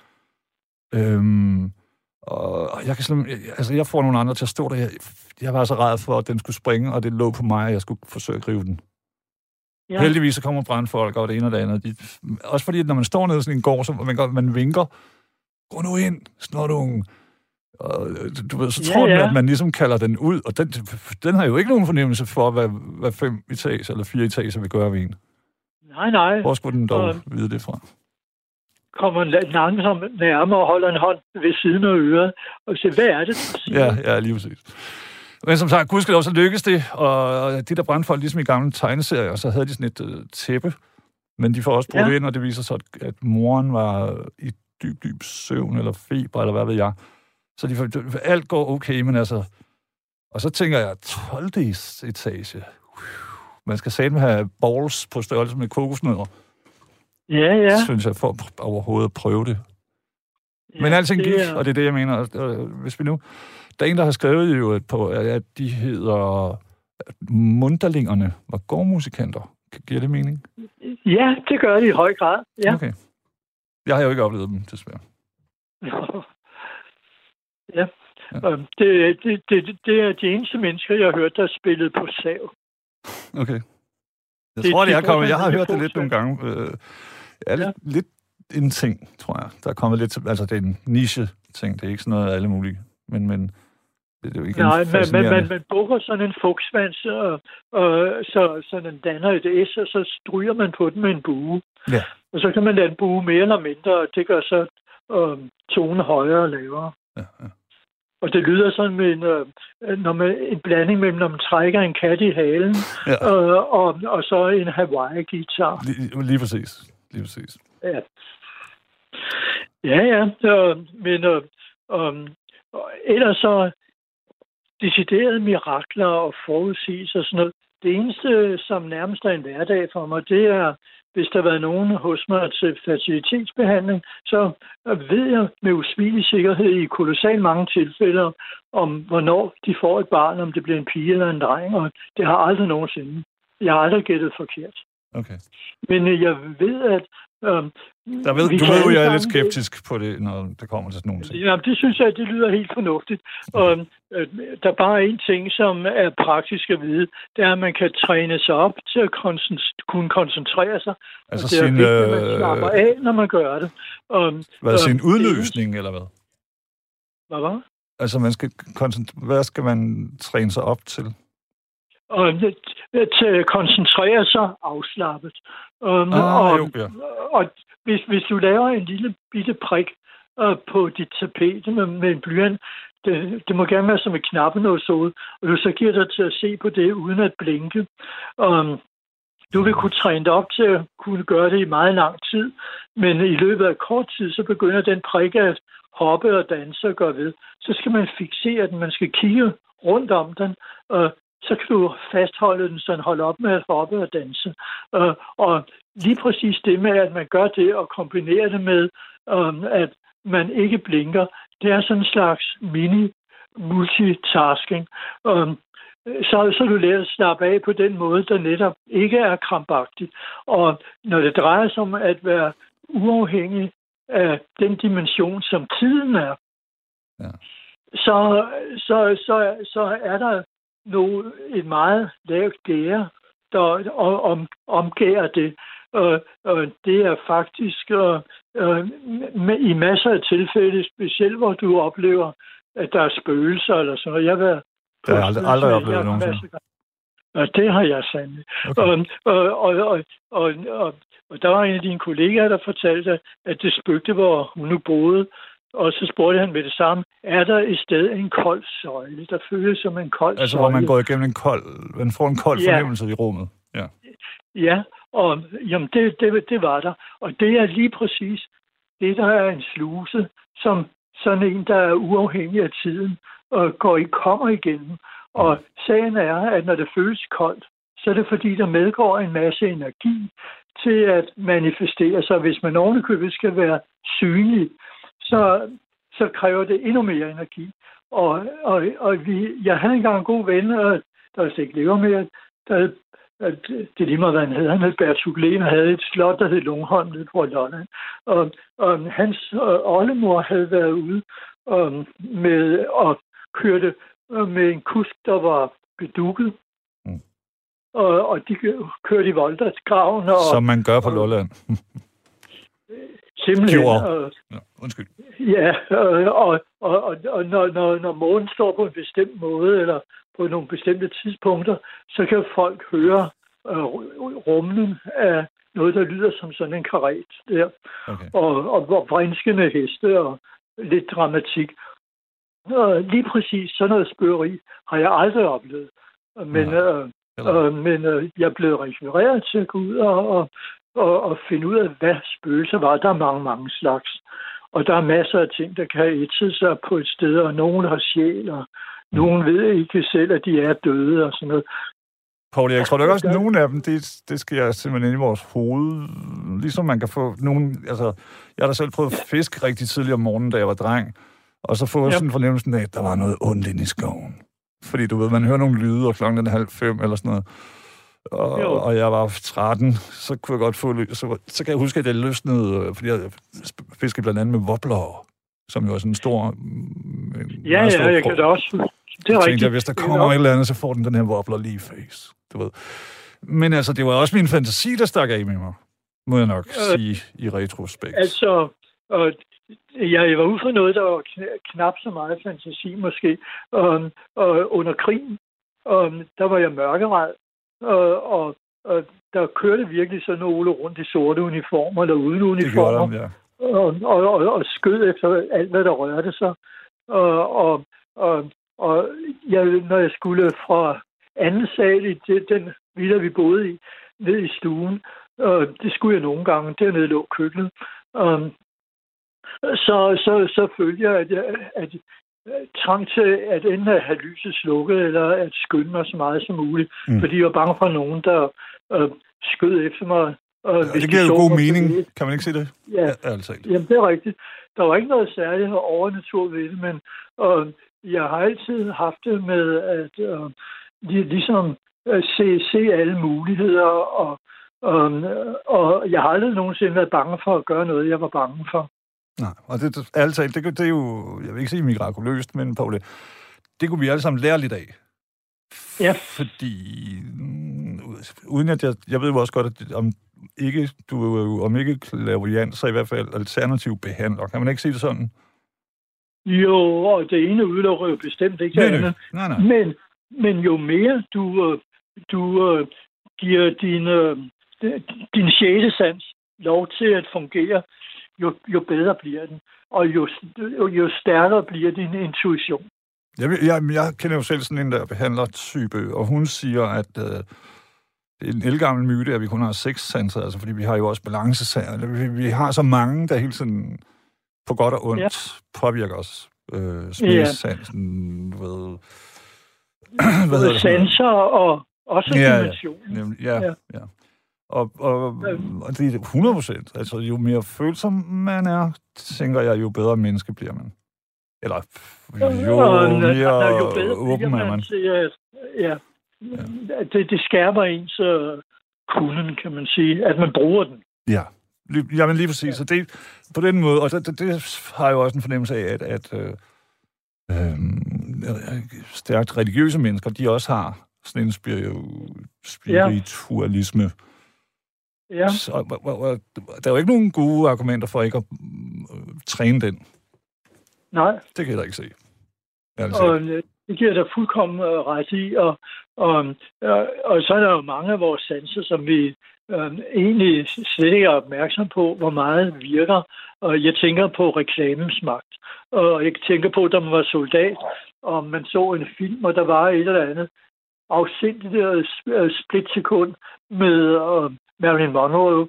Og jeg kan simpelthen... jeg får nogle andre til at stå der. Jeg var så ræd for, at den skulle springe, og det lå på mig, og jeg skulle forsøge at gribe den. Ja. Heldigvis så kommer brandfolk og det ene og det andet. Også fordi, når man står nede i sådan en gård, så man vinker, gå nu ind, snottunge. Og du ved, så tror den, at man ligesom kalder den ud, og den har jo ikke nogen fornemmelse for, hvad 5 etager eller 4 etager vil gøre ved en. Nej. Hvor skulle den dog vide det fra? Kommer langsomt nærmere og holder en hånd ved siden af øret, og siger, hvad er det? Ja, lige præcis. Men som sagt, gudskelov, så lykkedes det, og de der brandfolk, ligesom i gamle tegneserier, så havde de sådan et tæppe, men de får også brugt ind, og det viser sig, at moren var i dyb søvn, eller feber, eller hvad ved jeg. Så alt går okay, men altså... Og så tænker jeg, 12. etage. Man skal satme have balls på størrelse med kokosnødder. Ja. Synes jeg, for overhovedet at prøve det. Men alting gik, og det er det, jeg mener. Hvis vi nu... Der er en, der har skrevet jo på, at de hedder Munterlingerne, var gårdmusikanter. Giver det mening? Ja, det gør de i høj grad. Ja. Okay. Jeg har jo ikke oplevet dem, desværre. Ja. Det er de eneste mennesker, jeg har hørt, der spillede på sav. Okay. Jeg tror, det er kommet. Jeg har hørt det lidt nogle gange. Lidt en ting, tror jeg. Der er kommet lidt... Altså, det er en niche-ting. Det er ikke sådan noget alle mulige. Men det er jo ikke man bukker sådan en fugtsvans, så den danner et S, og så stryger man på den med en bue. Ja. Og så kan man lade den bue mere eller mindre, og det gør så tonen højere og lavere. Ja. Og det lyder sådan med en blanding mellem, når man trækker en kat i halen, og så en Hawaii-guitar. Lige præcis. Ja. Ja. Men ellers så deciderede mirakler og forudsigelser og sådan noget. Det eneste, som nærmest er en hverdag for mig, det er, hvis der har været nogen hos mig til fertilitetsbehandling, så ved jeg med usvigelig sikkerhed i kolossalt mange tilfælde om, hvornår de får et barn, om det bliver en pige eller en dreng, og det har aldrig nogensinde. Jeg har aldrig gættet forkert. Okay. Men jeg ved, at... du ved jo, jeg er lidt skeptisk på det, når det kommer til sådan nogle ting. Ja, det synes jeg, det lyder helt fornuftigt. Og der er bare en ting, som er praktisk at vide, det er, at man kan træne sig op til at kunne koncentrere sig. Altså det er vigtigt, at man slapper af, når man gør det. Sin udløsning, eller hvad? Hvad? Altså, hvad skal man træne sig op til? Og at koncentrere sig afslappet. Og hvis du laver en lille bitte prik på dit tapet med en blyant, det må gerne være som et knappenålshoved, og du så giver dig til at se på det uden at blinke. Du vil kunne træne dig op til at kunne gøre det i meget lang tid, men i løbet af kort tid, så begynder den prik at hoppe og danse og gøre ved. Så skal man fiksere den, man skal kigge rundt om den, så kan du fastholde den, så den holder op med at hoppe og danse. Og lige præcis det med, at man gør det og kombinerer det med, at man ikke blinker, det er sådan en slags mini-multitasking. Så du lærer at slappe af på den måde, der netop ikke er krampagtig. Og når det drejer sig om at være uafhængig af den dimension, som tiden er, så er der et meget lavt gære, der omgærer det. Det er faktisk i masser af tilfælde, specielt hvor du oplever, at der er spøgelser eller sådan noget. Jeg har været det har jeg aldrig oplevet nogensinde. Og det har jeg sandelig. Okay. Og der var en af dine kollegaer, der fortalte, at det spøgte, hvor hun nu boede. Og så spurgte han med det samme, er der i stedet en kold søjle, der føles som en kold søjle? Altså, hvor man går igennem man får en kold fornemmelse i rummet. Ja. Ja, og jamen, det var der. Og det er lige præcis det, der er en sluse, som sådan en, der er uafhængig af tiden, og kommer igennem. Og sagen er, at når det føles koldt, så er det fordi, der medgår en masse energi til at manifestere sig. Hvis man ovenikøbet skal være synlig, så kræver det endnu mere energi. Jeg havde engang en god ven, der slet ikke lever mere, det er lige meget, hvad han hed. Han hed Bert Suglen og havde et slot, der hed Lungholm på Lolland. Og hans oldemor havde været ude med og kørte med en kusk, der var bedukket. Og de kørte i Voldersgraven. Som man gør på Lolland. Simpelthen. Undskyld. Ja, og når månen står på en bestemt måde, eller på nogle bestemte tidspunkter, så kan folk høre rumlen af noget, der lyder som sådan en karet der. Okay. Og vrinskende heste og lidt dramatik. Og lige præcis sådan noget spøgeri har jeg aldrig oplevet. Men jeg er blevet rekvireret til at gå ud og finde ud af, hvad spøgelser var. Der er mange slags. Og der er masser af ting, der kan ætse sig på et sted, og nogen har sjæl, og nogen ved ikke selv, at de er døde og sådan noget. Poul, jeg tror da også, at nogle af dem, det skal jeg simpelthen ind i vores hoved. Ligesom man kan få nogle... Altså, jeg har da selv prøvet at fiske rigtig tidligt om morgenen, da jeg var dreng, og så få sådan en fornemmelse af, at der var noget ondt inde i skoven. Fordi du ved, man hører nogle lyde, og klokken er 4:30 eller sådan noget. Og jeg var 13, så kunne jeg godt få... Så kan jeg huske, at jeg løsnede, fordi jeg fiskede blandt andet med wobbler, som jo er sådan en stor... jeg kan da også... Det er rigtigt. Hvis der kommer et eller andet, så får den her wobbler lige i face. Du ved. Men altså, det var også min fantasi, der stak af med mig. Må jeg nok sige i retrospekt. Altså, jeg var ude for noget, der var knap så meget fantasi måske. Under krigen, der var jeg mørkeret. Og der kørte virkelig sådan nogle rundt i sorte uniformer, eller uden uniformer. Det gjorde dem, ja. Og skød efter alt, hvad der rørte sig. Og når jeg skulle fra anden sal i den villa, vi boede i, ned i stuen, det skulle jeg nogle gange, dernede lå køkkenet, så følte jeg, at trang til at enten at have lyset slukket, eller at skynde mig så meget som muligt, fordi jeg var bange for nogen, der skød efter mig. Det giver jo god mening, kan man ikke sige det? Ja, jamen, det er rigtigt. Der var ikke noget særligt overnaturligt ved det, men jeg har altid haft det med at ligesom se alle muligheder, og jeg har aldrig nogensinde været bange for at gøre noget, jeg var bange for. Nej, og det er jo, jeg vil ikke sige mirakuløst, men Poul, det kunne vi alle sammen lære lidt af. Ja. Fordi, uden at jeg ved jo også godt, at om ikke clairvoyant, så i hvert fald alternativ behandler. Kan man ikke sige det sådan? Jo, og det ene udelukker jo bestemt ikke det andet. Nej. Men jo mere du giver din sjette sans lov til at fungere, jo bedre bliver den. Og jo stærkere bliver din intuition. Jeg kender jo selv sådan en der behandlertype, og hun siger, at det er en ældgammel myte, at vi kun har 6 sanser, altså fordi vi har jo også balancesanser. Vi har så mange, der hele tiden på godt og ondt påvirker os. Smagssansen, hvad hedder det? Sanser og også dimensionen. Ja. Og det er 100%. Altså, jo mere følsom man er, tænker jeg, jo bedre menneske bliver man. Eller jo mere åben er man. Det skærper ens kunden, kan man sige, at man bruger den. Ja. Jamen lige præcis. Så det, på den måde, og det har jeg jo også en fornemmelse af, at stærkt religiøse mennesker, de også har sådan en spiritualisme. Ja. Så, der er jo ikke nogen gode argumenter for ikke at træne den. Nej. Det kan jeg da ikke se. Og det giver der fuldkommen ret i, og så er der jo mange af vores sanser, som vi egentlig slet ikke er opmærksom på, hvor meget virker. Og jeg tænker på reklamens magt, og jeg tænker på, da man var soldat, og man så en film, og der var et eller andet afsindigt splitsekund med Marilyn Monroe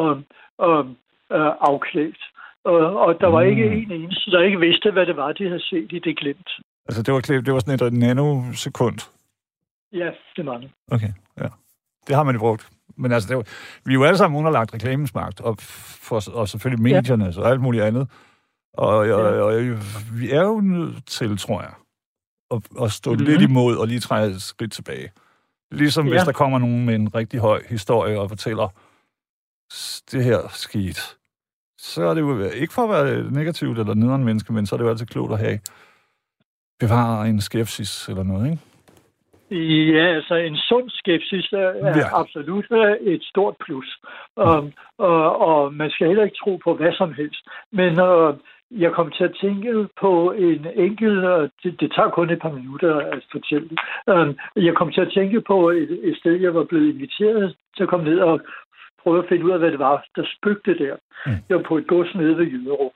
afklædt. Og der var ikke en eneste, der ikke vidste, hvad det var, de havde set i det glimt. Altså, det var sådan et nanosekund? Ja, det var det. Okay, ja. Det har man jo brugt. Men altså, vi er jo alle sammen underlagt reklamens magt, og selvfølgelig medierne, og alt muligt andet. Og vi er jo nødt til, tror jeg, at stå lidt imod og lige træde et skridt tilbage. Ligesom hvis der kommer nogen med en rigtig høj historie og fortæller, det her skete. Så er det jo ikke for at være negativt eller nederen menneske, men så er det jo altid klogt at bevare en skepsis eller noget, ikke? Ja, altså en sund skepsis er absolut et stort plus. Og man skal heller ikke tro på hvad som helst. Men jeg kom til at tænke på en enkelt, det tager kun et par minutter at fortælle det. Jeg kom til at tænke på et sted, jeg var blevet inviteret til at komme ned og prøve at finde ud af, hvad det var, der spøgte der. Jeg var på et gods nede ved Jyderup.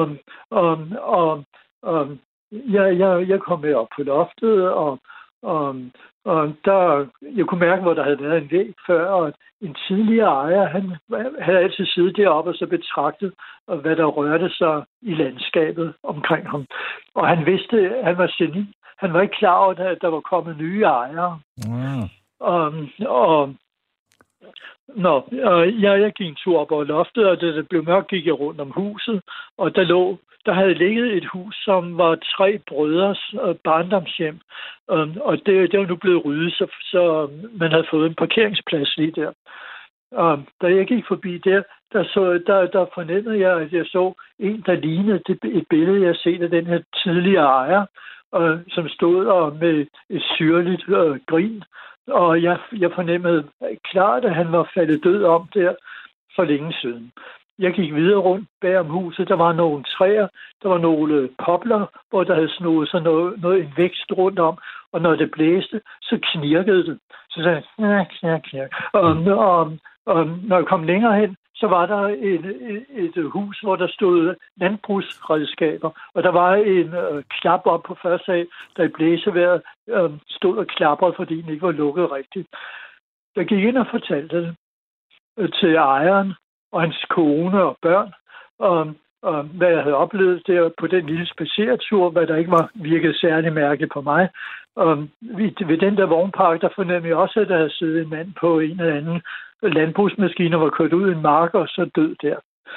Jeg kom med op på loftet, og der, jeg kunne mærke, hvor der havde været en væg før, og en tidligere ejer, han havde altid siddet deroppe og så betragtet, hvad der rørte sig i landskabet omkring ham. Og han vidste, at han var geni. Han var ikke klar over, at der var kommet nye ejere. Jeg gik en tur op over loftet, og da det blev mørkt, gik jeg rundt om huset, og der havde ligget et hus, som var 3 brødres barndomshjem, og det var nu blevet ryddet, så man havde fået en parkeringsplads lige der. Da jeg gik forbi der fornemmede jeg, at jeg så en, der lignede et billede, jeg set af den her tidligere ejer, som stod med et syrligt grin. Og jeg fornemmede klart, at han var faldet død om der for længe siden. Jeg gik videre rundt bag om huset. Der var nogle træer, der var nogle popler, hvor der havde snoet sig en vækst rundt om. Og når det blæste, så knirkede det. Så sagde jeg, knirk. Og når jeg kom længere hen, så var der et hus, hvor der stod landbrugsredskaber. Og der var en klap op på første sal, der i blæsevejret stod og klaprede, fordi den ikke var lukket rigtigt. Jeg gik ind og fortalte det til ejeren og hans kone og børn, og hvad jeg havde oplevet der på den lille spaceretur, hvad der ikke virkede særlig mærkeligt på mig. Ved den der vognpark, der fornemmede jeg også, at der havde siddet en mand på en eller anden landbrugsmaskine og var kørt ud i en mark og så død der.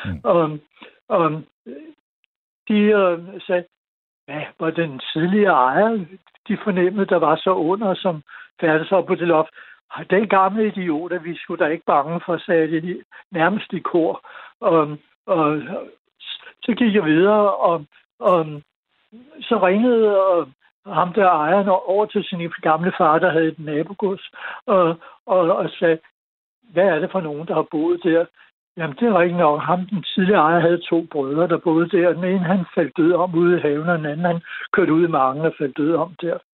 De sagde, hvad var den tidligere ejer, de fornemmede, der var så under, som færdes op på det loft. Den gamle idioter, vi skulle da ikke bange for, sagde de nærmest i kor. Og så gik jeg videre, og så ringede ham der ejeren over til sin gamle far, der havde et nabogods, og sagde, hvad er det for nogen, der har boet der? Jamen, det er ikke nok. Ham, den tidligere ejer, havde 2 brødre, der boede der. Den ene, han faldt død om ude i haven, og den anden, han kørte ud i marken og faldt død om der.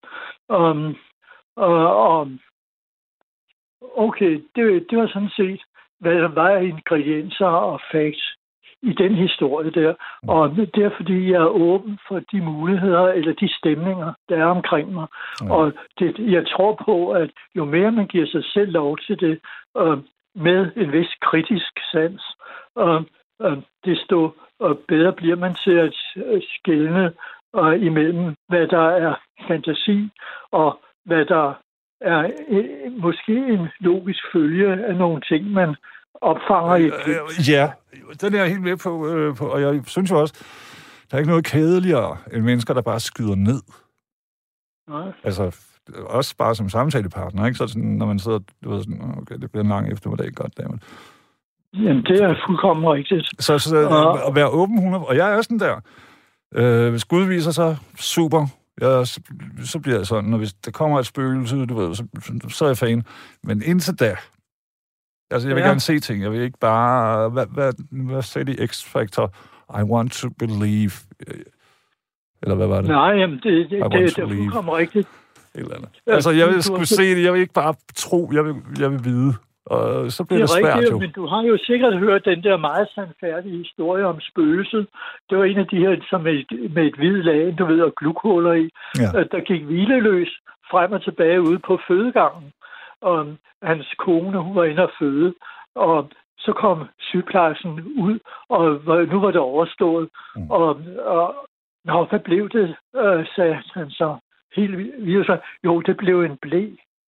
Okay, det var sådan set, hvad der var af ingredienser og facts i den historie der. Og det er, fordi jeg er åben for de muligheder eller de stemninger, der er omkring mig. Og jeg tror på, at jo mere man giver sig selv lov til det, med en vis kritisk sans, desto bedre bliver man til at skelne imellem, hvad der er fantasi, og hvad der er måske en logisk følge af nogle ting, man opfanger i et Ja, den er jeg helt med på, og jeg synes jo også, Der er ikke noget kedeligere end mennesker, der bare skyder ned. Nej. Altså, også bare som samtalepartner, ikke? Så sådan, når man sidder, du ved sådan, okay, det bliver en lang eftermiddag, goddammit. Jamen, det er fuldkommen rigtigt. Så at være åben 100%, og jeg er også sådan der. Hvis Gud viser sig, super. Så bliver jeg sådan, og hvis der kommer et spøgelse, du ved, så er jeg fan. Men indtil da, altså jeg vil gerne se ting, jeg vil ikke bare, hvad sagde de X-Factor? I want to believe. Eller hvad var det? Nej, jamen, det er fuldkommen rigtigt. Et eller andet. Altså, jeg vil skulle se det, jeg vil ikke bare tro, jeg vil vide. Og så bliver det svært, rigtigt, jo. Men du har jo sikkert hørt den der meget sandfærdige historie om spøgelset. Det var en af de her, som med et hvidt lag, du ved, og glukhuller i, der gik hvileløs frem og tilbage ude på fødegangen. Og hans kone, hun var inde og føde, og så kom sygeplejersken ud, og nu var det overstået. Og hvad blev det, sagde han så helt vildt. Jo, det blev en blæ.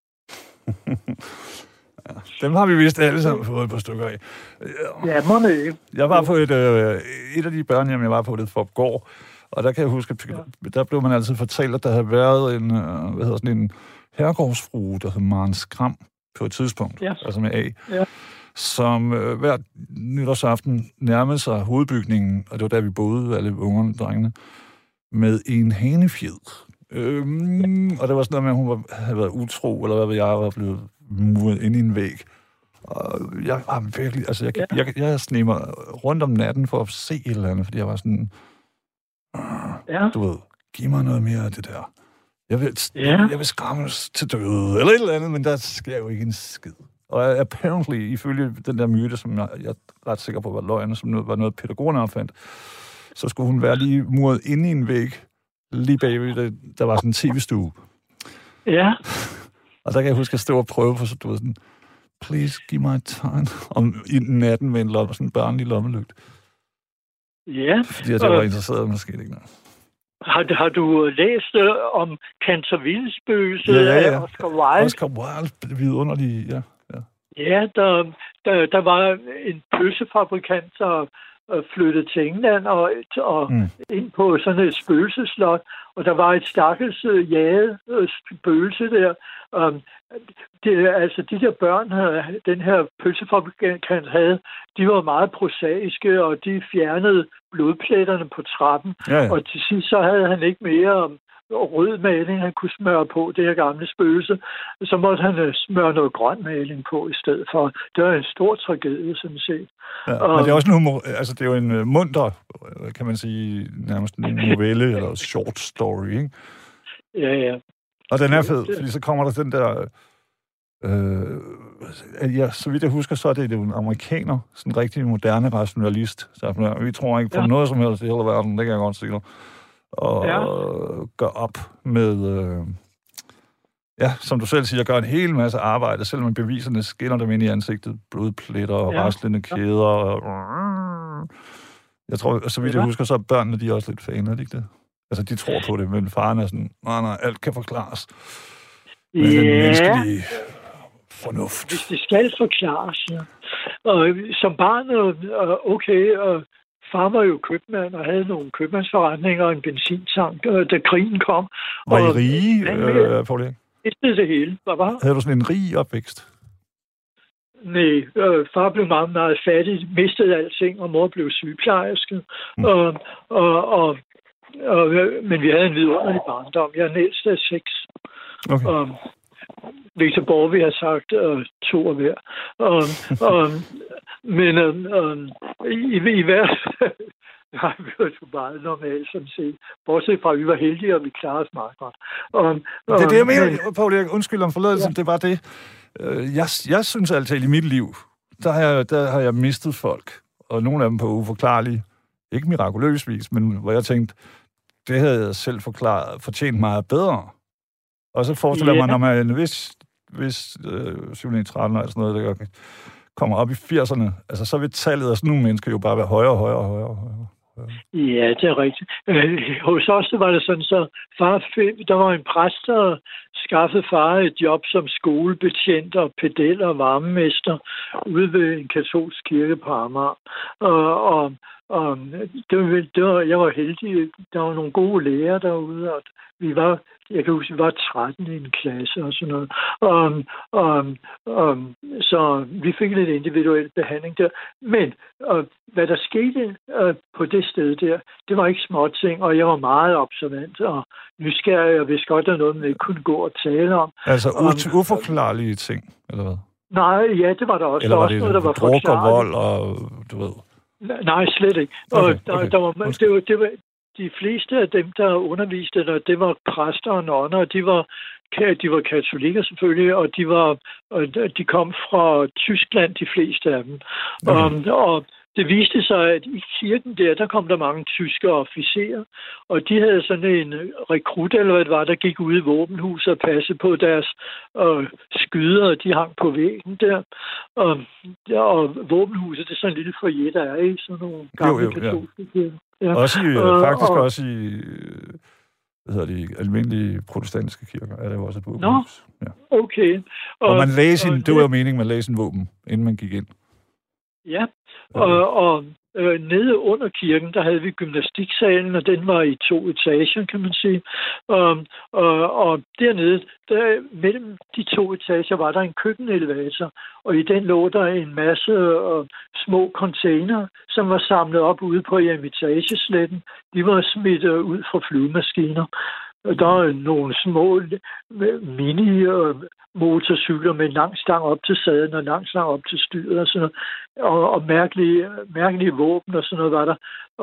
Ja, dem har vi vist alle sammen fået et par stykker af. Ja, må ikke. Jeg var på et af de børnehjem, jeg var på, det Forgård, og der kan jeg huske, der blev man altid fortalt, at der havde været en herregårdsfrue, der hed Maren Skram på et tidspunkt, altså med A, som hver nytårsaften nærmede sig hovedbygningen, og det var der, vi boede, alle ungerne og drengene, med en hanefjed. Og det var sådan noget med, at hun havde været utro, eller hvad ved jeg, var blevet muret ind i en væg. Og jeg var virkelig, altså jeg sneg mig rundt om natten for at se et eller andet, fordi jeg var sådan, du ved, giv mig noget mere af det der. Jeg vil skræmmes til døde, eller et eller andet, men der sker jo ikke en skid. Og apparently, ifølge den der myte, som jeg er ret sikker på var løgn, som var noget pædagogerne opfandt, så skulle hun være lige muret inde i en væg, lige bagved, der var sådan en tv-stue. Ja. Og der kan jeg huske, at jeg stod og prøve på, så du ved sådan, please, give mig et tegn om i natten med en sådan en børnelig lommelygt. Ja. Fordi at jeg var interesseret, måske ikke noget. Har du læst om Cantervilles spøgelse af Oscar Wilde? Oscar Wilde, vidunderlig, ja. Ja, der var en pølsefabrikant, der flyttede til England og ind på sådan et spøgelseslot, og der var et stakkels jaget spøgelse der. Altså de der børn, den her pølsefabrikant havde, de var meget prosaiske, og de fjernede blodpletterne på trappen. Ja. Og til sidst så havde han ikke mere rød maling, han kunne smøre på, det her gamle spøgelse. Så måtte han smøre noget grøn maling på i stedet for. Det var en stor tragedie, sådan set. Ja, men det er også en humor, altså det er jo en munter, kan man sige, nærmest en novelle eller short story, ikke? Ja. Og den er fed, fordi så kommer der den der... så vidt jeg husker, så er det en amerikaner, sådan en rigtig moderne rationalist. Så vi tror ikke på noget som helst i hele verden, det kan jeg godt sige dig. Og gør op med, som du selv siger, gør en hel masse arbejde, selvom med beviserne skinner dem ind i ansigtet, blodpletter og raslende kæder. Og, jeg tror, så vidt jeg husker, så er børnene, de er også lidt fan, er det ikke det? Altså, de tror på det, men faren er sådan, nej, alt kan forklares. Med den menneskelige fornuft. Hvis det skal forklares, ja. Og som barn, og far var jo købmand og havde nogle købmandsforretninger og en benzintank, da krigen kom. Var I rige, Poul Erik? Det hele. Havde du sådan en rig opvækst? Nej, far blev meget, meget fattig, mistede alting, og mor blev sygeplejerske. Men vi havde en vidunderlig barndom. Jeg er den ældste af 6. Okay. Victor Borg, vi har sagt 2 af hver. Men i hvert fald nej, vi var jo meget normalt, som set. Bortset fra, at vi var heldige, og vi klarede os meget godt. Det er det, jeg mener, Poul Erik. Undskyld om forladelsen, det var det. Jeg synes altid i mit liv, der har jeg mistet folk. Og nogle af dem på uforklarlige, ikke mirakuløs vis, men hvor jeg tænkte, det havde jeg selv fortjent meget bedre. Og så forestiller jeg mig, når man hvis 7-13 eller sådan noget, der kommer op i 80'erne, altså så vil tallet af sådan nogle mennesker jo bare være højere. Ja, det er rigtigt. Hos os var det sådan, så der var en præst, der skaffede far et job som skolebetjent og pedel og varmemester ude ved en katolsk kirke på Amager. jeg var heldig. Der var nogle gode lærere derude, og jeg kan huske, vi var 13 i en klasse og sådan noget. Så vi fik lidt individuel behandling der. Men hvad der skete på det sted der, det var ikke små ting, og jeg var meget observant og nysgerrig, og vidste godt, at noget, man ikke kunne gå og tale om. Altså uforklarlige ting, eller hvad? Nej, ja, det var der også. Eller var det det noget, der var druk og vold, og du ved... Nej, slet ikke. Okay. Det var de fleste af dem, der underviste der, det var præster og nonner, og de var katolikker selvfølgelig, og de kom fra Tyskland, de fleste af dem. Okay. Og det viste sig, at i kirken der kom der mange tyske officerer, og de havde sådan en rekrut, eller hvad det var, der gik ud i våbenhuset og passede på deres skyder, de hang på væggen der. Og våbenhuset, det er sådan en lille foyer, der er i sådan nogle gamle katolske kirker. Ja. Faktisk også i almindelige protestantiske kirker, er der jo også et våbenhus. Ja. Okay. Og man læser det var jo meningen, man læser en våben, inden man gik ind. Ja, og nede under kirken, der havde vi gymnastiksalen, og den var i 2 etager, kan man sige. Og dernede, mellem de 2 etager, var der en køkkenelevator, og i den lå der en masse små container, som var samlet op ude på Eremitagesletten. De var smidt ud fra flyvemaskiner. Der er nogle små mini-motorcykler med en lang stang op til sadlen og en lang stang op til styret og sådan noget. Og mærkelige våben og sådan noget var der.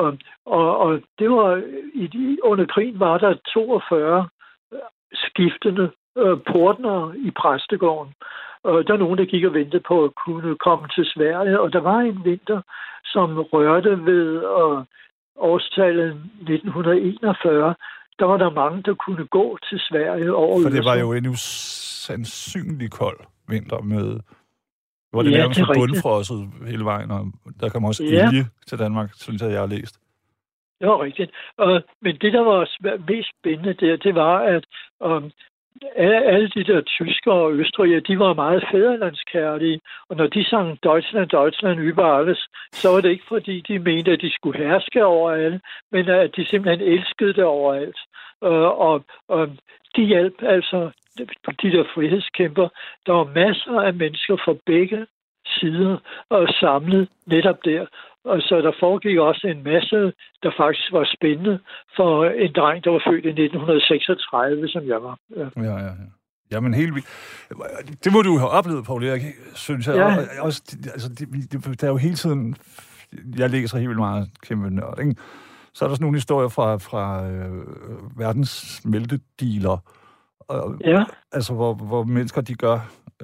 Og det var under krigen var der 42 skiftende portnere i præstegården. Der er nogen, der gik og ventede på at kunne komme til Sverige, og der var en vinter, som rørte ved årstallet 1941. Der var der mange, der kunne gå til Sverige over. For det var jo en usandsynlig kold vinter med... Hvor det nærmest bundfrosset hele vejen, og der kom også ilje til Danmark, synes jeg har læst. Det var rigtigt. Men det, der var mest spændende det var, at alle de der tyskere og østrigere, de var meget fædrelandskærlige, og når de sang Deutschland, Deutschland über alles, så var det ikke fordi, de mente, at de skulle herske over alle, men at de simpelthen elskede det overalt. Og de hjalp altså de der frihedskæmper. Der var masser af mennesker fra begge sider og samlet netop der. Og så der foregik også en masse, der faktisk var spændende for en dreng, der var født i 1936, som jeg var. Ja. Jamen helt vildt. Det må du have oplevet, Poul Erik, synes jeg. Ja. Også, altså, der er jo hele tiden... Jeg læser helt vildt meget kæmpe nørd, ikke? Så er der sådan nogle historier fra verdens smeltedealer. Altså, hvor mennesker, de gør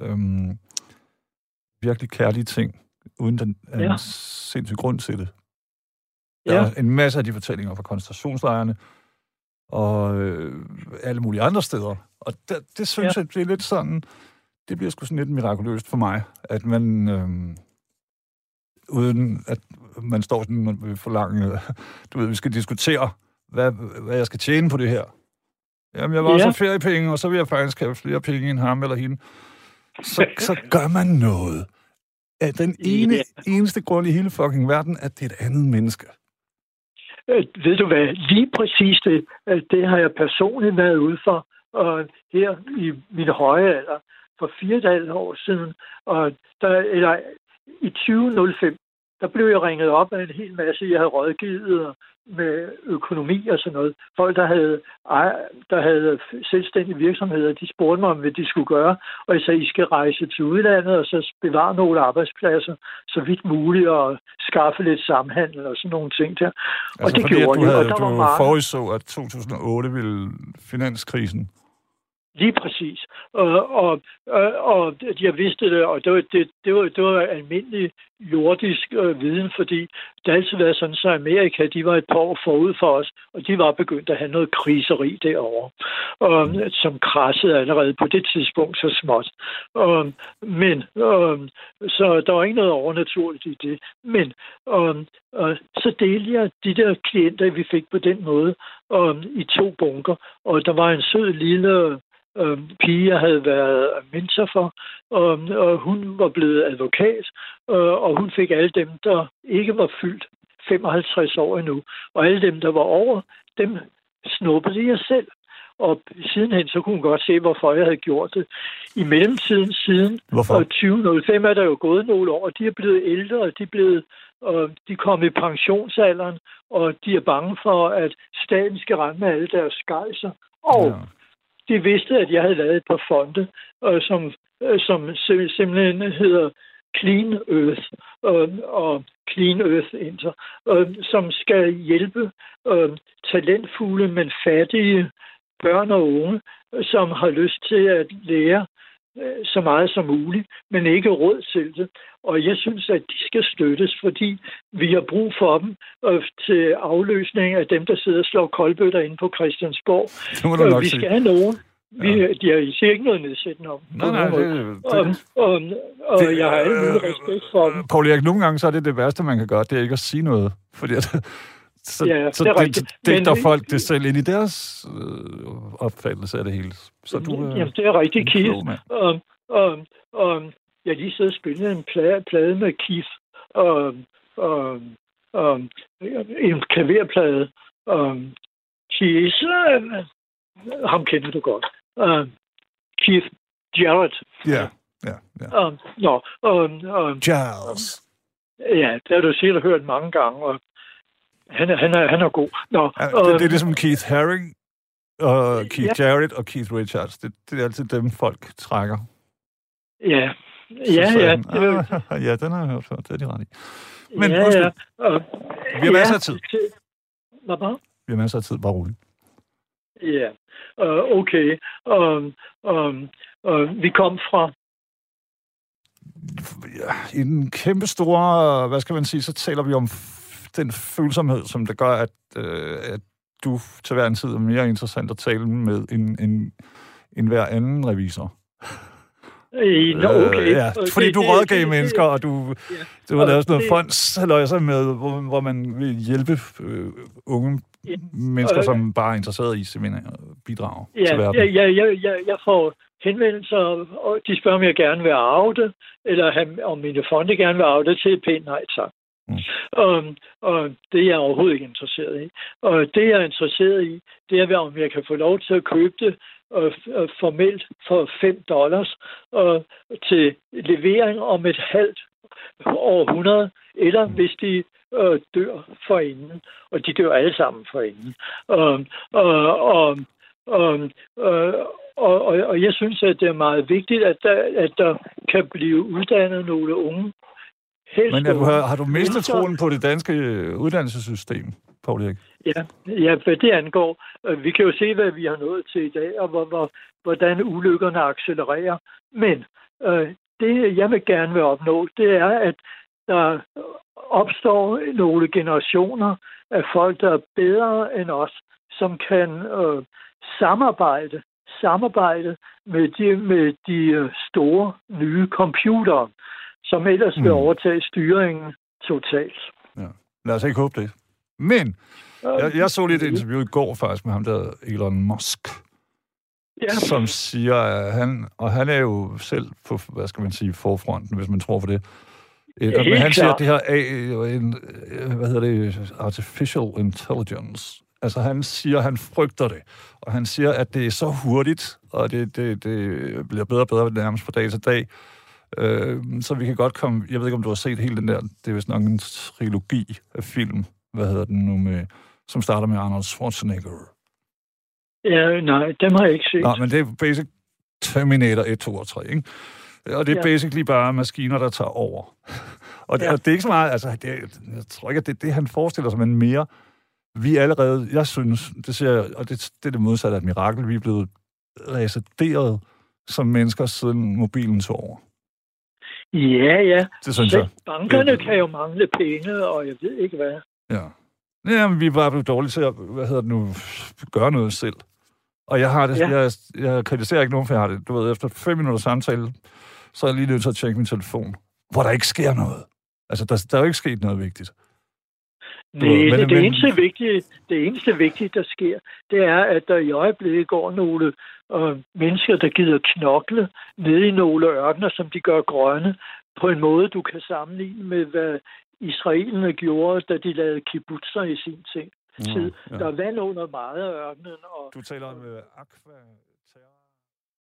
virkelig kærlige ting, uden den en sindssyg grund til det. Der er en masse af de fortællinger fra koncentrationslejrene og alle mulige andre steder. Og det synes jeg, det er lidt sådan... Det bliver sgu sådan lidt mirakuløst for mig, at man... uden at man står sådan ved forlange... Du ved, vi skal diskutere, hvad jeg skal tjene på det her. Jamen, jeg var også feriepenge, og så vil jeg faktisk have flere penge end ham eller hende. Så gør man noget. Den eneste grund i hele fucking verden, at det er et andet menneske. Ved du hvad? Lige præcis det har jeg personligt været ude for. Og her i min høje alder, for 4,5 år siden, og i 2005, der blev jeg ringet op af en hel masse, jeg havde rådgivet med økonomi og sådan noget. Folk, der havde selvstændige virksomheder, de spurgte mig om, hvad de skulle gøre. Og jeg sagde, I skal rejse til udlandet, og så bevare nogle arbejdspladser, så vidt muligt, og skaffe lidt samhandel og sådan nogle ting der. Altså, og det gjorde jeg. Du forudså, at 2008 ville finanskrisen... Lige præcis. Og jeg vidste det, og det var almindelig jordisk viden, fordi det har altid været sådan, så Amerika, de var et par år forud for os, og de var begyndt at have noget kriseri derovre, som krassede allerede på det tidspunkt så småt. Så der var ikke noget overnaturligt i det. Men så delte jeg de der klienter, vi fik på den måde, i 2 bunker, og der var en sød lille pige, jeg havde været mentor for, og hun var blevet advokat, og hun fik alle dem, der ikke var fyldt 55 år endnu. Og alle dem, der var over, dem snuppede jeg selv. Og sidenhen, så kunne hun godt se, hvorfor jeg havde gjort det. I mellemtiden, siden 2005, er der jo gået nogle år, og de er blevet ældre, og de er kommet i pensionsalderen, og de er bange for, at staten skal rende med alle deres skejser. Og de vidste, at jeg havde lavet et par fonde, som simpelthen hedder Clean Earth og Clean Earth Inter, som skal hjælpe talentfulde, men fattige børn og unge, som har lyst til at lære så meget som muligt, men ikke råd til det. Og jeg synes, at de skal støttes, fordi vi har brug for dem til afløsning af dem, der sidder og slår koldbøtter inde på Christiansborg. Vi skal have nogen. De siger ikke noget nedsættende om. Nej, og jeg har alle mulige respekt for dem. Poul Erik, nogle gange så er det værste, man kan gøre, det er ikke at sige noget. Fordi så digter folk det selv ind i deres opfattelse af det hele. Så jamen, det er rigtig Keith. Jeg har lige siddet og spillet en plade med Keith. En klaverplade. Keith, ham kender du godt. Keith Jarrett. Ja. Charles. Ja, det har du sikkert hørt mange gange, og han er god. Det er ligesom Keith Haring, og Keith Jarrett og Keith Richards. Det er altid dem, folk trækker. Ja. Ja, den har jeg hørt før. Det er de ret i. Men vi har masser af tid. Hvad? Vi har masser af tid, bare roligt. Ja, okay. Vi kom fra... I den kæmpe store, hvad skal man sige, så taler vi om den følsomhed, som det gør, at du til hver en tid er mere interessant at tale med end hver anden revisor. Okay. Fordi du rådgav mennesker, og du har lavet sådan noget fondshalløjser med, hvor man vil hjælpe unge mennesker, som bare er interesseret i simpelthen at bidrage til verden. Jeg får henvendelser, og de spørger, om jeg gerne vil arve det, eller om mine fonde gerne vil arve det, til et pænt nej tak. Og det er jeg overhovedet ikke interesseret i. Og det, jeg er interesseret i, det er, om jeg kan få lov til at købe det formelt for $5 til levering om et halvt århundrede, eller hvis de dør forinden, og de dør alle sammen forinden. Og jeg synes, at det er meget vigtigt, at der kan blive uddannet nogle unge. Men har du mistet troen på det danske uddannelsessystem, Poul Erik? Ja, hvad det angår. Vi kan jo se, hvad vi har nået til i dag, og hvordan ulykkerne accelererer. Men det, jeg vil gerne vil opnå, det er, at der opstår nogle generationer af folk, der er bedre end os, som kan samarbejde med de store nye computere, som ellers vil overtage styringen totalt. Ja. Lad os ikke håbe det. Men jeg så lidt et interview i går faktisk med ham der Elon Musk, som siger, at han er jo selv på, hvad skal man sige, forfronten, hvis man tror for det. Men han siger, at det her artificial intelligence. Altså han siger, at han frygter det. Og han siger, at det er så hurtigt, og det bliver bedre og bedre nærmest fra dag til dag. Så vi kan godt komme... Jeg ved ikke, om du har set hele den der... Det er vist nok en trilogi af film. Hvad hedder den nu med... Som starter med Arnold Schwarzenegger. Ja, nej, dem har jeg ikke set. Nej, men det er basic Terminator 1, 2 og 3, ikke? Og det er basically bare maskiner, der tager over. Og det er ikke så meget... Altså, jeg tror ikke, at det er det, han forestiller sig, men mere... Vi allerede... Jeg synes, det ser jeg, og det er det modsatte af et mirakel. Vi er blevet reseteret som mennesker, siden mobilen tog over. Ja. Det synes jeg. Bankerne kan jo mangle penge, og jeg ved ikke hvad. Ja, men vi er bare blevet dårlige til at, gøre noget selv. Og jeg har det, jeg kritiserer ikke nogen, for jeg har det. Du ved, efter 5 minutter samtale, så er jeg lige nødt til at tjekke min telefon, hvor der ikke sker noget. Altså, der er jo ikke sket noget vigtigt. Nej, det eneste vigtige, der sker, det er, at der i øjeblikket går nogle mennesker, der gider knokle ned i nogle ørkener, som de gør grønne, på en måde, du kan sammenligne med, hvad israelerne gjorde, da de lavede kibbutzer i sin tid. Ja. Der er vand under meget af ørkenen. Du taler om Aqua...